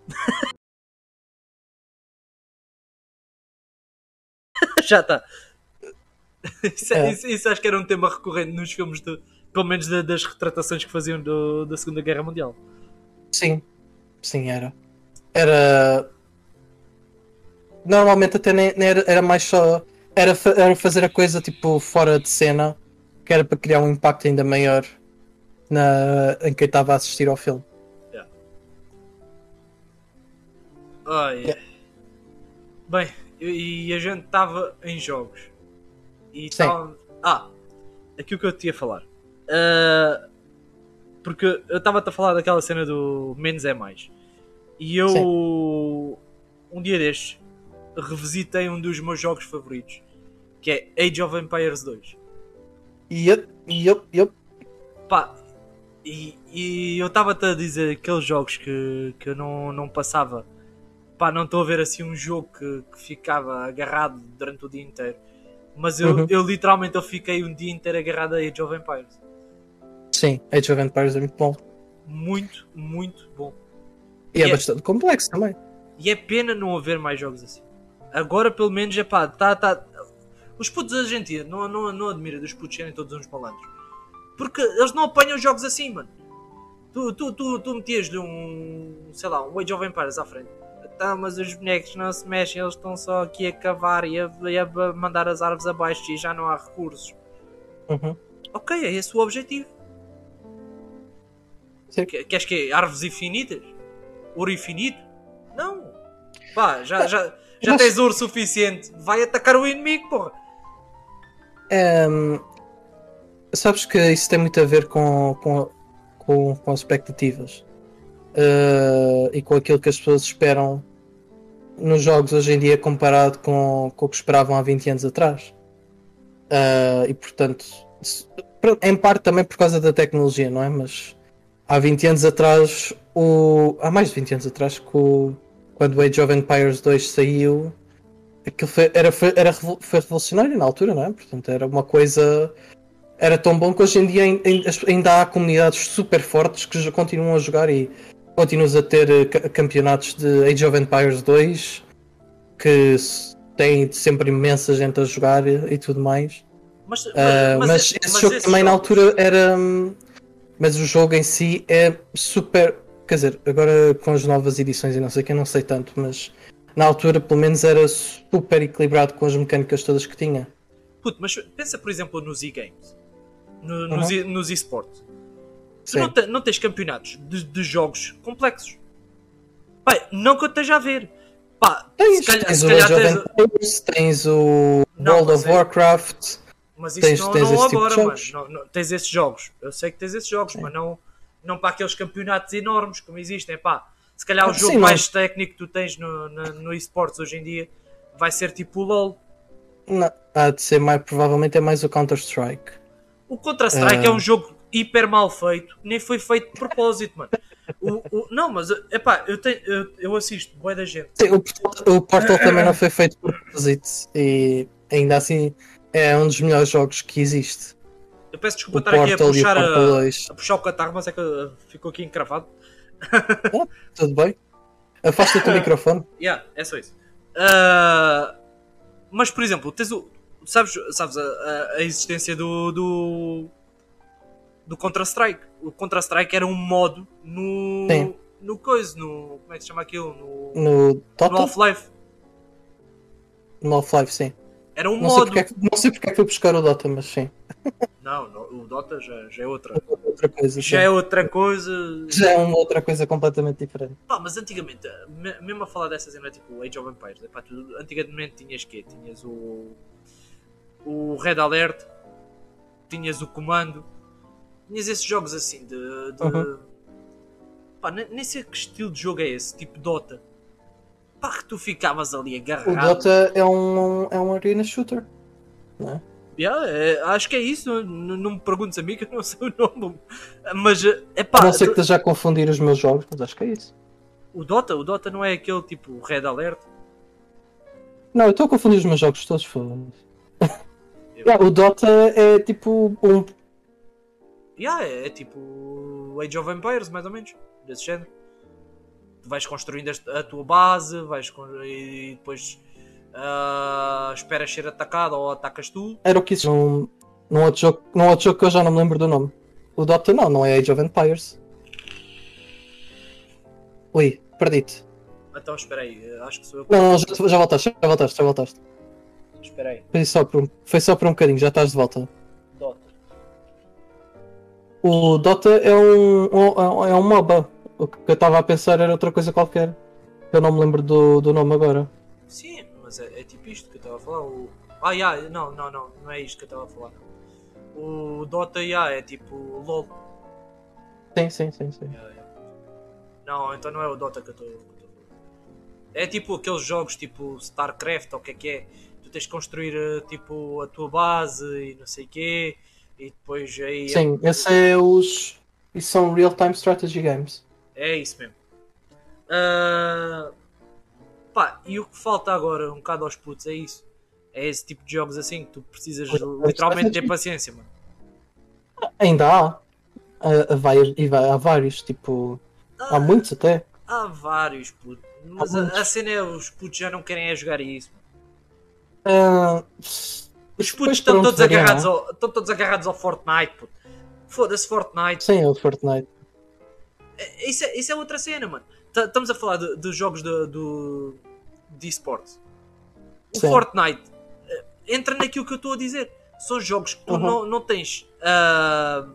Já está. Isso, é- É. isso- isso acho que era um tema recorrente nos filmes, de, pelo menos da- das retratações que faziam do- da Segunda Guerra Mundial. Sim, sim, era. Era. Normalmente até nem, nem era, era mais só. Era, fa- era fazer a coisa tipo fora de cena, que era para criar um impacto ainda maior na, em quem estava a assistir ao filme. Ai. Bem, e a gente estava em jogos. E Sim. tava... Ah, aquilo que eu te ia falar. Ah, porque eu estava-te a falar daquela cena do menos é mais. E eu, Sim. um dia destes, revisitei um dos meus jogos favoritos, que é Age of Empires dois. Yup, yup, yup. Pá, e, e eu estava-te a dizer aqueles jogos que, que eu não, não passava. Pá, não estou a ver assim um jogo que, que ficava agarrado durante o dia inteiro. Mas eu, Uhum. eu literalmente eu fiquei um dia inteiro agarrado a Age of Empires. Sim, Age of Empires é muito bom. Muito, muito bom. E é E é- bastante complexo também. E é pena não haver mais jogos assim. Agora pelo menos é pá, tá, tá. Os putos da Argentina, não, não, não admira dos putos serem todos uns malandros. Porque eles não apanham jogos assim, mano. Tu, tu, tu, tu metias-lhe um, sei lá, um Age of Empires à frente. tá, mas os bonecos não se mexem, eles estão só aqui a cavar e a, e a mandar as árvores abaixo e já não há recursos. Uhum. Ok, é esse o objetivo. Sim. Queres que é árvores infinitas? Ouro infinito? Não. Pá, já, já, já Mas- tens ouro suficiente. Vai atacar o inimigo, porra. Ehm, sabes que isso tem muito a ver com, com, com, com as expectativas. Eh, e com aquilo que as pessoas esperam nos jogos hoje em dia comparado com, com o que esperavam há vinte anos atrás. Eh, e portanto, se- em parte também por causa da tecnologia, não é? Mas há vinte anos atrás, o... há mais de vinte anos atrás, que o... quando o Age of Empires dois saiu, aquilo foi, era, foi, era, revol- foi revolucionário na altura, não é? Portanto, era uma coisa. Era tão bom que hoje em dia ain- ain- ainda há comunidades super fortes que já continuam a jogar e continuas a ter eh, ca- campeonatos de Age of Empires dois que s- têm sempre imensa gente a jogar e, e tudo mais. Mas, Ah, mas esse- esse mas jogo esses também na jogos- altura era. hum, Mas o jogo em si é super. Quer dizer, agora com as novas edições e não sei o que, eu não sei tanto, mas na altura pelo menos era super equilibrado com as mecânicas todas que tinha. Puto, mas pensa por exemplo nos e-games, no- Uhum. nos, e- nos e-sports. Tu Sim. não, te- não tens campeonatos de, de jogos complexos. Pá, não que eu esteja a ver. Pá, Tens, se calhar, tens se o calhar Age of tens. Empires, tens o Não, World mas of é- Warcraft. Mas isso Tens- não, tens não esse tipo de agora, mano. jogos. Não, não- tens esses jogos. Eu sei que tens esses jogos, mas não, não para aqueles campeonatos enormes como existem. Pá, se calhar o Ah, jogo sim, mais técnico que tu tens no, no, no esportes hoje em dia vai ser tipo o LoL. Não, há de ser mais, provavelmente é mais o Counter-Strike. O Contra-Strike é Ah. um jogo hiper mal feito, nem foi feito de propósito, mano. O, o- não, mas epá, eu, tenho, eu, eu assisto boa da gente. Sim, o, Portal- o Portal também não foi feito por propósito e ainda assim é um dos melhores jogos que existe. Eu peço desculpa O estar aqui a Portal e o puxar, Portal a, dois. a puxar o catarro, mas é que uh, ficou aqui encravado. Tudo bem? Afasta-te o microfone. Yeah, é só isso. Ah, mas, por exemplo, tens o, sabes, sabes a, a- a existência do, do, do Contra-Strike. O Contra-Strike era um modo no, Sim. no coisa, no, como é que se chama aquilo? No, No no Dota? Half-Life. No Half-Life, sim. Era um Não sei, modo. porque é que, não sei porque é que fui buscar o Dota, mas sim. Não, no- o Dota já, já é outra. Outra coisa. Já sim. é outra coisa. Já é uma outra coisa completamente diferente. Pá, mas antigamente, me- mesmo a falar dessas cena tipo Age of Empires, epá, tu, antigamente tinhas quê? Tinhas o. O Red Alert, tinhas o Comando, tinhas esses jogos assim de. de Uhum. pá, nem, nem sei que estilo de jogo é esse, tipo Dota. Pá, que tu ficavas ali O agarrado. Dota é um, é um arena shooter. Não é? Yeah, é, acho que é isso, não, não, não me perguntes a mim que eu não sei o nome. Mas é A pá, não ser que esteja a confundir os meus jogos, mas acho que é isso. o Dota, o Dota não é aquele tipo Red Alert. Não, eu estou a confundir os meus jogos todos, foda-se. Yeah, o Dota é tipo um. Yeah, é, é tipo Age of Empires, mais ou menos, desse género. Tu vais construindo as- a tua base, vais con- e depois ah, esperas ser atacado ou atacas tu. Era o que isso. Num, num, outro jogo, num outro jogo que eu já não me lembro do nome. O Dota não, não é Age of Empires. Ui, perdi-te. Então espera aí, acho que sou eu. Não, não, já, já voltaste, já voltaste, já voltaste. Espera aí, Foi só, por um, foi só por um bocadinho, já estás de volta. Dota. O Dota é um, um- é um MOBA. O que eu estava a pensar era outra coisa qualquer. Eu não me lembro do, do nome agora. Sim, mas é, é tipo isto que eu estava a falar. O... Ah, yeah, não, não, não, não é isto que eu estava a falar. O Dota yeah, é tipo LOL. Sim, sim, sim, sim. Yeah, yeah. Não, então não é o Dota que eu estou a falar. É tipo aqueles jogos tipo StarCraft ou o que é que é. Tu tens de construir eh, tipo a tua base e não sei o quê. E depois aí. Sim, esse é os. Isso são real-time strategy games. É isso mesmo. Ah, pá, e o que falta agora um bocado aos putos é isso. É esse tipo de jogos assim que tu precisas literalmente ter paciência, mano. Ainda há. Há, há, vai- e vai- há vários, tipo. Há muitos até. Há vários putos. Mas Há a, muitos. a cena é os putos já não querem é jogar isso. Mano. Ah, Os depois putos estão por onde todos, variar, agarrados não é? ao, estão todos agarrados ao Fortnite, puto. Foda-se Fortnite. Sim, é o Fortnite. É- Isso é, isso é outra cena, mano. estamos a falar de, de jogos de, do, de esportes. O Sim. Fortnite uh, entra naquilo que eu estou a dizer. São jogos que tu Uhum. não, não tens. Uh,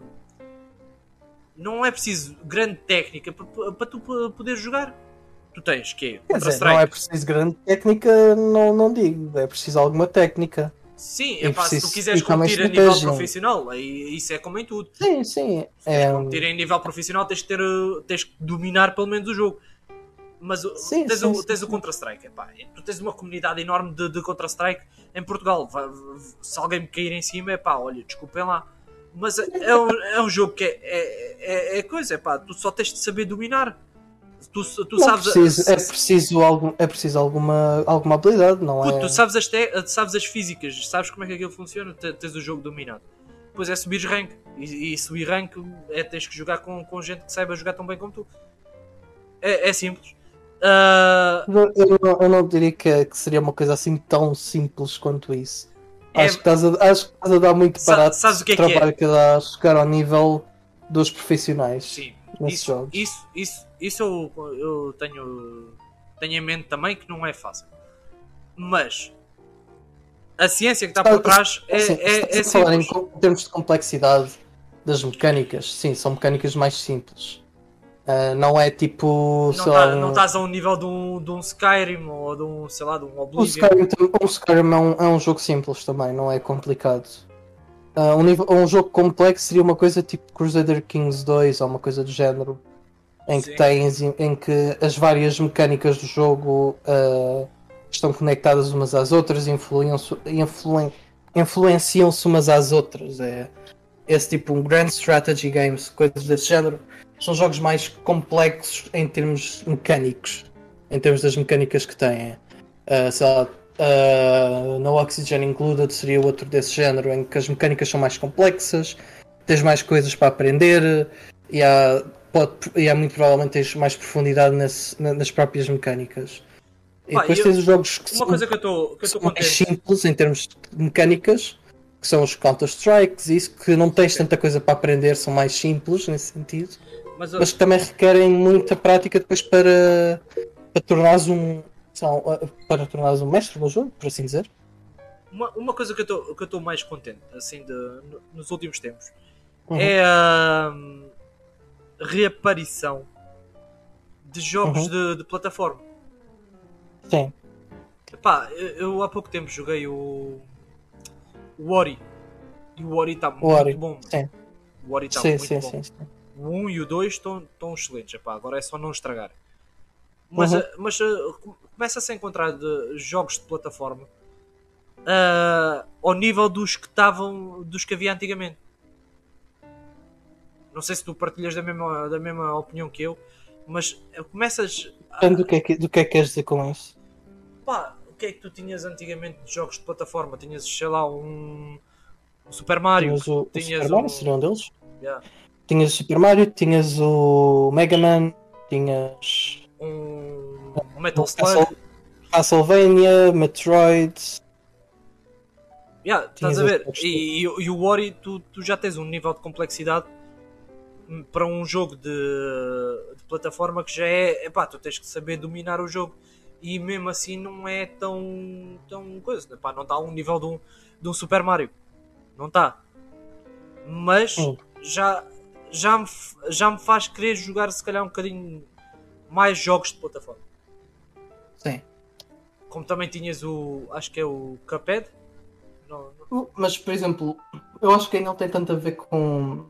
não é preciso grande técnica para, para tu poder jogar. Tu tens que Quer dizer, não é preciso grande técnica, não, não digo. É preciso alguma técnica. Sim, é é pá, se tu quiseres ficar mais competir a nível estratégia. profissional, aí isso é como em tudo. Sim, sim. Se queres É... competir em nível profissional, tens que, ter, uh, tens que dominar pelo menos o jogo. Mas uh, Sim, tens, sim, o, sim, tens sim. o Counter-Strike. Epá, tu tens uma comunidade enorme de, de Counter-Strike em Portugal. Vai, se alguém me cair em cima, é pá, olha, desculpem lá. Mas é um, é um jogo que é, é, é, é coisa, é pá, tu só tens de saber dominar. Tu, tu não sabes, preciso, se, é preciso, algum, é preciso alguma, alguma habilidade, não puto, é? tu sabes as, te, sabes as físicas, sabes como é que aquilo funciona, tens o jogo dominado. Depois é subir rank. E, e subir rank é tens que jogar com, com gente que saiba jogar tão bem como tu. É, é simples. Uh... Eu, eu, não, eu não diria que, que seria uma coisa assim tão simples quanto isso. É... Acho, que estás a, acho que estás a dar muito barato Sa o que é o trabalho que, é? que dá a chegar ao nível dos profissionais. Sim, nesses isso, jogos. isso, isso, isso eu, eu tenho, tenho em mente também que não é fácil. Mas a ciência que está por trás é, assim, é, é a falar em, simples. em termos de complexidade das mecânicas, sim, são mecânicas mais simples. Uh, não é tipo. Não, sei tá, lá, um... não estás a um nível de um, de um Skyrim ou de um, sei lá, de um Oblivion. O Skyrim, o Skyrim é, um, é um jogo simples também, não é complicado. Uh, um, nível, um jogo complexo seria uma coisa tipo Crusader Kings dois ou uma coisa do género, em que, tens, em que as várias mecânicas do jogo uh, estão conectadas umas às outras e influenciam-se influen, influenciam-se umas às outras. É esse tipo um Grand Strategy Games, coisas desse género. São jogos mais complexos em termos mecânicos, em termos das mecânicas que têm. Uh, sei lá, uh, no Oxygen Included seria outro desse género, em que as mecânicas são mais complexas, tens mais coisas para aprender e há, pode, e há muito provavelmente tens mais profundidade nesse, nas próprias mecânicas. E Pá, depois eu, tens os jogos que uma são, coisa que eu estou que eu mais simples em termos de mecânicas, que são os Counter-Strikes, isso que não tens tanta coisa para aprender, são mais simples nesse sentido, mas, mas que também requerem muita prática depois para, para tornares um para tornares um mestre no jogo, por assim dizer. Uma, uma coisa que eu estou mais contente assim de, no, nos últimos tempos uhum. é a um, reaparição de jogos uhum. de, de plataforma. Sim. Epá, eu, eu há pouco tempo joguei o o Ori. E o Ori está muito Ori. bom. Sim. O Ori está muito sim, bom. Sim, sim. O um e o dois estão excelentes. Epá, agora é só não estragar. Mas, uhum. mas uh, começa-se a encontrar de jogos de plataforma uh, ao nível dos que estavam, dos que havia antigamente. Não sei se tu partilhas da mesma, da mesma opinião que eu, mas começas. Depende do que é que, do que é que queres dizer com isso. Pá, o que é que tu tinhas antigamente de jogos de plataforma? Tinhas, sei lá, um, um Super Mario. Tinhas o, tinhas o Super Mario, um... seria um deles. Yeah. Tinhas o Super Mario, tinhas o Mega Man, tinhas um, um Metal Slug, Castlevania, Metroid. Yeah, estás a ver? E, e, e o Ori, tu, tu já tens um nível de complexidade para um jogo de, de plataforma que já é, epá, tu tens que saber dominar o jogo. E mesmo assim não é tão, tão coisa, epá, não está a um nível de um, de um Super Mario, não está, mas hum. já, já, me, já me faz querer jogar se calhar um bocadinho mais jogos de plataforma. Sim. Como também tinhas o, acho que é o Cuphead. Não, não. Mas por exemplo, eu acho que aí não tem tanto a ver com,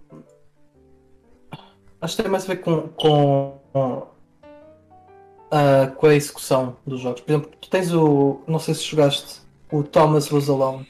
acho que tem mais a ver com, com Uh, com a execução dos jogos. Por exemplo, tu tens o. Não sei se jogaste o Thomas Was Alone.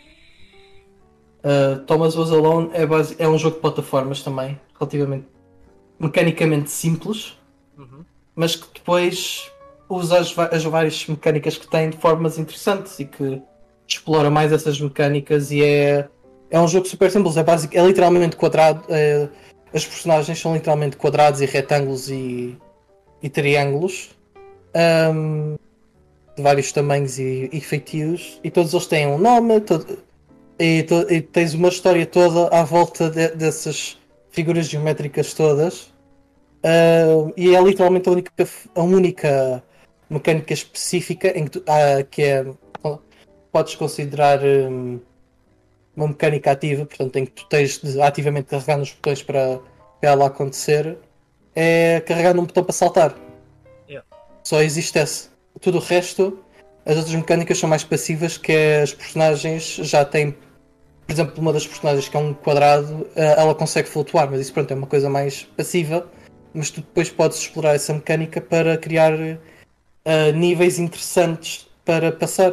Uh, Thomas Was Alone é, base, é um jogo de plataformas também, relativamente mecanicamente simples, uhum. mas que depois usa as, as várias mecânicas que tem de formas interessantes e que explora mais essas mecânicas. E é, é um jogo super simples, é, basic, é literalmente quadrado. É, as personagens são literalmente quadrados e retângulos e. e triângulos um, de vários tamanhos e, e feitios, e todos eles têm um nome todo, e, to, e tens uma história toda à volta de, dessas figuras geométricas todas, Uh, e é literalmente a única, a única mecânica específica em que, tu, ah, que é, podes considerar um, uma mecânica ativa, portanto, em que tu tens de ativamente carregar nos botões para, para ela acontecer, é carregar num botão para saltar. Yeah. Só existe esse. Tudo o resto, as outras mecânicas são mais passivas, que é as personagens já têm, por exemplo, uma das personagens que é um quadrado, ela consegue flutuar, mas isso pronto, é uma coisa mais passiva, mas tu depois podes explorar essa mecânica para criar uh, níveis interessantes para passar.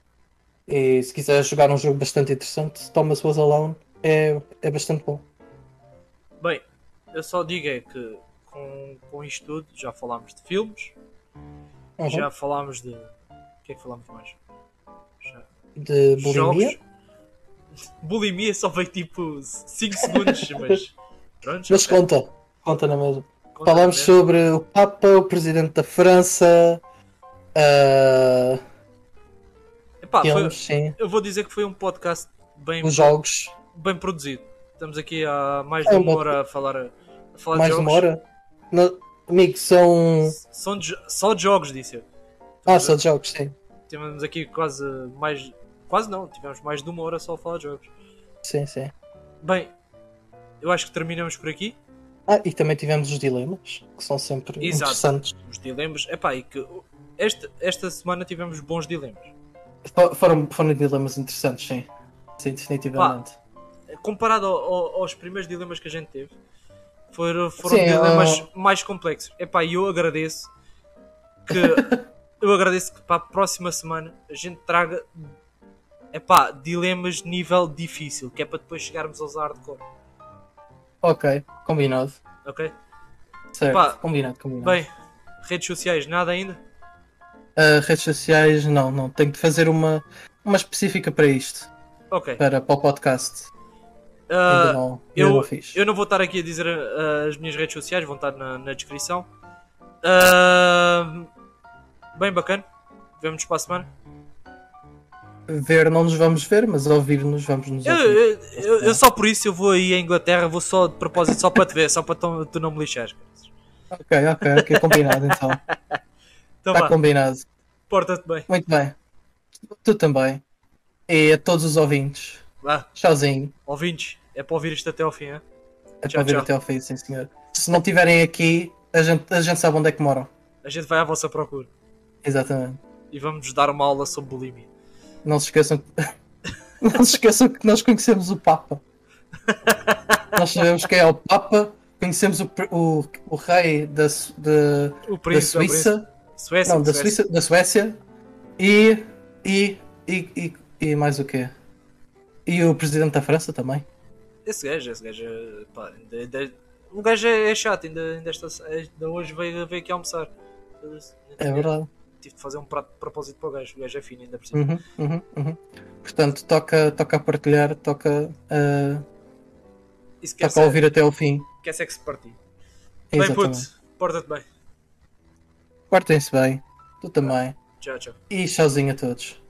E se quiseres jogar um jogo bastante interessante, Thomas Was Alone é, é bastante bom. Bem, eu só digo é que com, com isto tudo já falámos de filmes, Uhum. já falámos de... O que é que falámos mais? Já... De bulimia? Jogos. Bulimia só veio tipo cinco segundos, mas pronto. Mas okay. conta, conta na mesma. Conta Falámos mesmo. sobre o Papa, o Presidente da França, uh, Epá, filmes, foi, sim, eu vou dizer que foi um podcast bem, os jogos. bem produzido. Estamos aqui há mais É de um uma bom- hora a falar, a falar Mais de de jogos. uma hora? No, amigo, são. São de, só de jogos, disse eu. Ah, só de jogos, sim. Tivemos aqui quase mais. Quase não, tivemos mais de uma hora só a falar de jogos. Sim, sim. Bem, eu acho que terminamos por aqui. Ah, e também tivemos os dilemas, que são sempre Exato. interessantes. Os dilemas. Epá, e que esta, esta semana tivemos bons dilemas. Fo- Foram, foram dilemas interessantes, sim. Sim, definitivamente. Comparado ao- ao- aos primeiros dilemas que a gente teve, foram, foram Sim, dilemas uh, mais complexos. Epá, e eu agradeço que eu agradeço que para a próxima semana a gente traga epá, dilemas de nível difícil, que é para depois chegarmos aos hardcore. Ok, combinado. Ok? Certo, Pá, combinado, combinado. Bem, redes sociais, nada ainda? Uh, redes sociais, não, não. Tenho de fazer uma, uma específica para isto, Ok. para, para o podcast. Ah, ainda não, ainda eu, não fiz. eu não vou estar aqui a dizer ah, as minhas redes sociais, vão estar na, na descrição. Ah, bem bacana. Vemo-nos para a semana. Ver não nos vamos ver, mas ouvir-nos vamos nos Eu, ouvir. eu, eu- eu só por isso eu vou aí à Inglaterra, vou só de propósito, só para te ver, só para tu, tu não me lixares. Ok, ok, ok, combinado então. Então Está vá, combinado. porta-te bem. Muito bem. Tu também. E a todos os ouvintes. Vá, Tchauzinho. ouvintes, é para ouvir isto até ao fim, hein? É Tchau, para ver tchau. até ao fim, sim senhor. Se não estiverem aqui, a gente, a gente sabe onde é que moram. A gente vai à vossa procura Exatamente. e vamos dar uma aula sobre bulimia. Não se esqueçam que... Não se esqueçam que nós conhecemos o Papa. Nós sabemos quem é o Papa, conhecemos o, pr- o, o rei da, Su- de- O da príncipe, é o Suíça. príncipe. Suécia, Não, da Suécia. Suíça, da Suécia. E, e, e, e, e mais o quê? E o presidente da França também. Esse gajo, esse gajo, pá, ainda- ainda- o gajo é, é chato, ainda, ainda, esta, ainda hoje veio, veio aqui almoçar. É verdade. Tive de fazer um prato de propósito para o gajo, o gajo é fino ainda por cima. Uhum, uhum, uhum. Portanto, toca, toca a partilhar, toca, uh, E se quer toca a ouvir até ao fim. quer ser que se partir. Bem, Exatamente. puto, porta-te bem. Portem-se bem. Tu também. Tchau, tchau. E tchauzinho a todos.